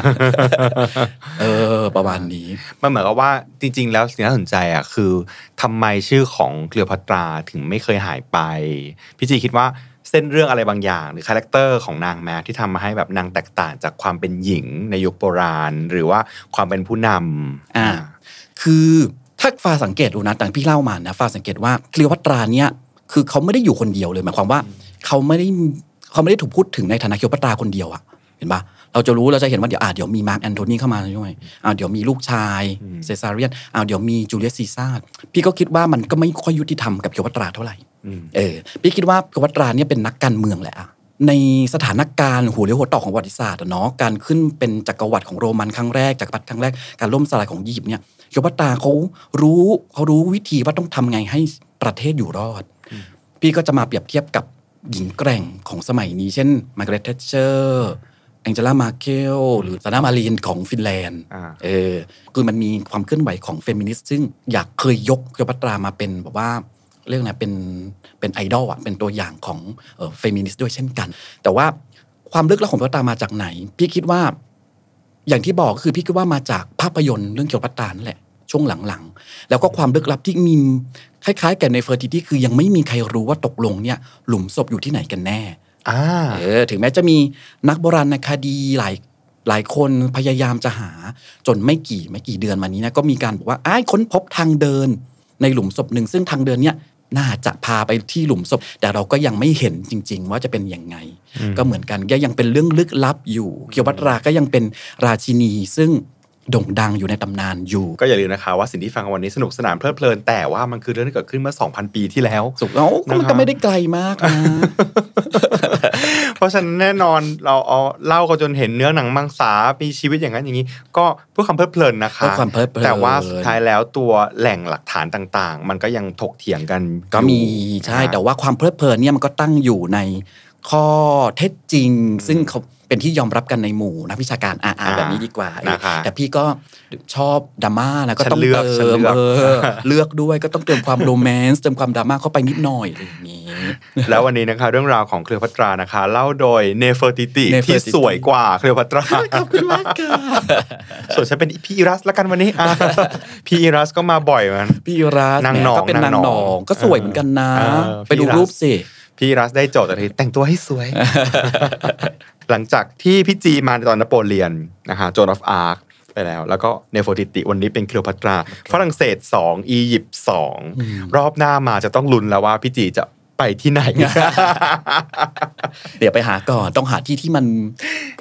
ประมาณนี้มันเหมือนกับว่าจริงๆแล้วสิ่งที่น่าสนใจอ่ะคือทำไมชื่อของเคลีโอพัตราถึงไม่เคยหายไปพี่จีคิดว่าเส้นเรื่องอะไรบางอย่างหรือคาแรคเตอร์ของนางแม้ที่ทำมาให้แบบนางแตกต่างจากความเป็นหญิงในยุคโบราณหรือว่าความเป็นผู้นำคือถ้าฟ้าสังเกตดูนะแต่พี่เล่ามานะฟ้าสังเกตว่าเคลีโอพัตราเนี่ยคือเขาไม่ได้อยู่คนเดียวเลยหมายความว่าเขาไม่ได้ถูกพูดถึงในฐานะเคลีโอพัตราคนเดียวอะเห็นปะเราจะเห็นว่าเดี๋ยวมีมาร์คแอนโทนีเข้ามาด้วยเดี๋ยวมีลูกชายเซซาเรียนเดี๋ยวมีจูเลียสซีซ่าร์พี่ก็คิดว่ามันก็ไม่ค่อยยุติธรรมกับเคลีโอพัตราเท่าไหร่พี่คิดว่าเคลีโอพัตราเนี่ยเป็นนักการเมืองแหละในสถานการณ์หัวเลี้ยวหัวต่อของประวัติศาสตร์เนาะการขึ้นเป็นจักรวรรดิของโรมันครั้งแรกจักรพรรดิครั้งแรกการล่มสลายของอียิปต์เนี่ยเคลีโอพัตราเขารู้วิธีว่าต้องทำไงให้ประเทศอยู่รอดพี่ก็จะมาเปรียบเทียบกับหญิงแกร่งของสมัยนี้เช่นมาร์กาเร็ต แททเชอร์แองเจล่า มาร์เกลหรือซานา มารีนของฟินแลนด์คือมันมีความเคลื่อนไหวของเฟมินิสต์ซึ่งเคยยกเคลีโอพัตรามาเป็นแบบว่าเรื่องนะเป็นไอดอลอ่ะเป็นตัวอย่างของเฟมินิสต์ด้วยเช่นกันแต่ว่าความลึกลับของเคลีโอพัตรามาจากไหนพี่คิดว่าอย่างที่บอกคือพี่คิดว่ามาจากภาพยนตร์เรื่องเคลีโอพัตรานั่นแหละช่วงหลังๆแล้วก็ความลึกลับที่มีคล้ายๆกับในเฟอร์ติตี้คือยังไม่มีใครรู้ว่าตกลงเนี่ยหลุมศพอยู่ที่ไหนกันแน่ถึงแม้จะมีนักโบราณคดีหลายคนพยายามจะหาจนไม่กี่เดือนมานี้นะก็มีการบอกว่าค้นพบทางเดินในหลุมศพหนึ่งซึ่งทางเดินเนี้ยน่าจะพาไปที่หลุมศพแต่เราก็ยังไม่เห็นจริงๆว่าจะเป็นยังไงก็เหมือนกันก็ยังเป็นเรื่องลึกลับอยู่เคลีโอพัตราก็ยังเป็นราชินีซึ่งโด่งดังอยู่ในตำนานอยู่ก็อย่าลืมนะคะว่าสิ่งที่ฟังวันนี้สนุกสนานเพลิดเพลินแต่ว่ามันคือเรื่องที่เกิดขึ้นเมื่อ 2,000 ปีที่แล้วสุดแล้วมันก็ไม่ได้ไกลมากนะเพราะฉะนั้นแน่นอนเราเอาเล่ากันจนเห็นเนื้อหนังมังสามีชีวิตอย่างนั้นอย่างนี้ก็เพื่อความเพลิดเพลินนะคะแต่ว่าสุดท้ายแล้วตัวแหล่งหลักฐานต่างๆมันก็ยังถกเถียงกันก็มีใช่แต่ว่าความเพลิดเพลินเนี่ยมันก็ตั้งอยู่ในข้อเท็จจริงซึ่งเขาเป็นที่ยอมรับกันในหมู่นักวิชาการแบบนี้ดีกว่าแต่พี่ก็ชอบดราม่านะก็ต้องเติมเลือกด้วยก็ต้องเติมความโรแมนซ์เติมความดราม่าเข้าไปนิดหน่อยอะไรอย่างนี้แล้ววันนี้นะคะเรื่องราวของเคลีโอพัตรานะคะเล่าโดยเนเฟอร์ติติที่สวยกว่าเคลีโอพัตราขอบคุณมากค่ะส่วนฉันเป็นพี่อีรัสละกันวันนี้พี่อีรัสก็มาบ่อยเหมือนพี่อีรัสก็เป็นนางหนองก็สวยเหมือนกันนะไปดูรูปสิพี่รัสได้โจทย์แต่แต่งตัวให้สวย หลังจากที่พี่จีมาตอนนโปเลียนนะฮะโจนออฟอาร์คไปแล้วก็เนเฟอร์ติติวันนี้เป็นเคลีโอพัตราฝรั่งเศส2อียิปต์2รอบหน้ามาจะต้องลุ้นแล้วว่าพี่จีจะไปที่ไหนเดี๋ยวไปหาก่อนต้องหาที่มัน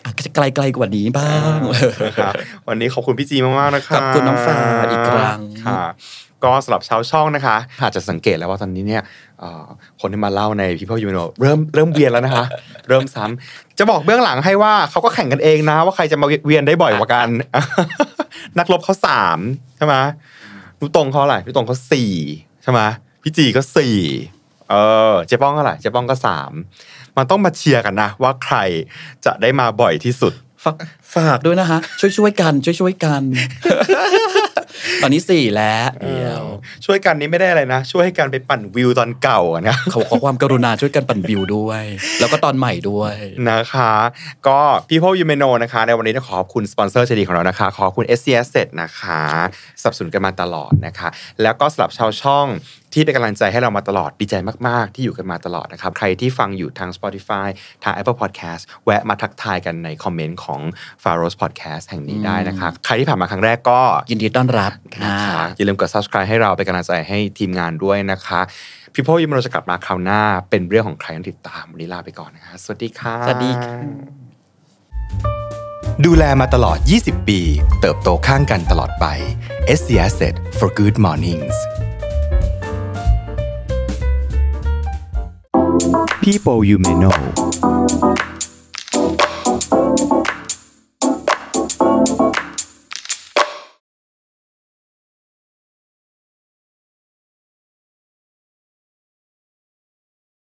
ไกลๆกว่านี้บ้างนะครับวันนี้ขอบคุณพี่จีมากๆนะคะขอบคุณน้องฟ้าอีกครั้งค่ะก็สำหรับชาวช่องนะคะอาจจะสังเกตแล้วว่าตอนนี้เนี่ยคนที่มาเล่าใน People You Know เริ่มเวียนแล้วนะคะ เริ่มซ้ำจะบอกเบื้องหลังให้ว่าเขาก็แข่งกันเองนะว่าใครจะมาเวียนได้บ่อยกว่ากัน นักรบเขา3ใช่ไหมนุตรงเขาอะไรนุตรงเขา4ใช่ไหมพี่จีก็4เจ๊ป้องเท่าไหร่เจ๊ป้องก็3มันต้องมาเชียร์กันนะว่าใครจะได้มาบ่อยที่สุดฝากด้วยนะคะช่วยกันช่วยกัน ตอนนี้4แล้วเดี๋ยวช่วยกันนี้ไม่ได้อะไรนะช่วยให้กันไปปั่นวิวตอนเก่าอะนะขอความกรุณาช่วยกันปั่นวิวด้วย แล้วก็ตอนใหม่ด้วยนะคะก็ People You May Know นะคะในวันนี้ต้องขอบคุณสปอนเซอร์ใจดีของเรานะคะขอบคุณ SC Asset นะคะสนับสนุนกันมาตลอดนะคะแล้วก็สำหรับชาวช่องที่เป็นกำลังใจให้เรามาตลอดดีใจมากๆที่อยู่กันมาตลอดนะครับใครที่ฟังอยู่ทาง Spotify ทาง Apple Podcast แวะมาทักทายกันในคอมเมนต์ของ Faros Podcast แห่งนี้ได้นะคะใครที่ผ่านมาครั้งแรกก็ยินดีต้อนรับนะคะอย่าลืมกด subscribe ให้เราเป็นกำลังใจให้ทีมงานด้วยนะคะ People You May Know จะกลับมาคราวหน้าเป็นเรื่องของใครต้องติดตามวันนี้ลาไปก่อนนะคะสวัสดีค่ะสวัสดีค่ะดูแลมาตลอด 20 ปี เติบโตข้างกันตลอดไป SC Asset for Good Mornings People You May Know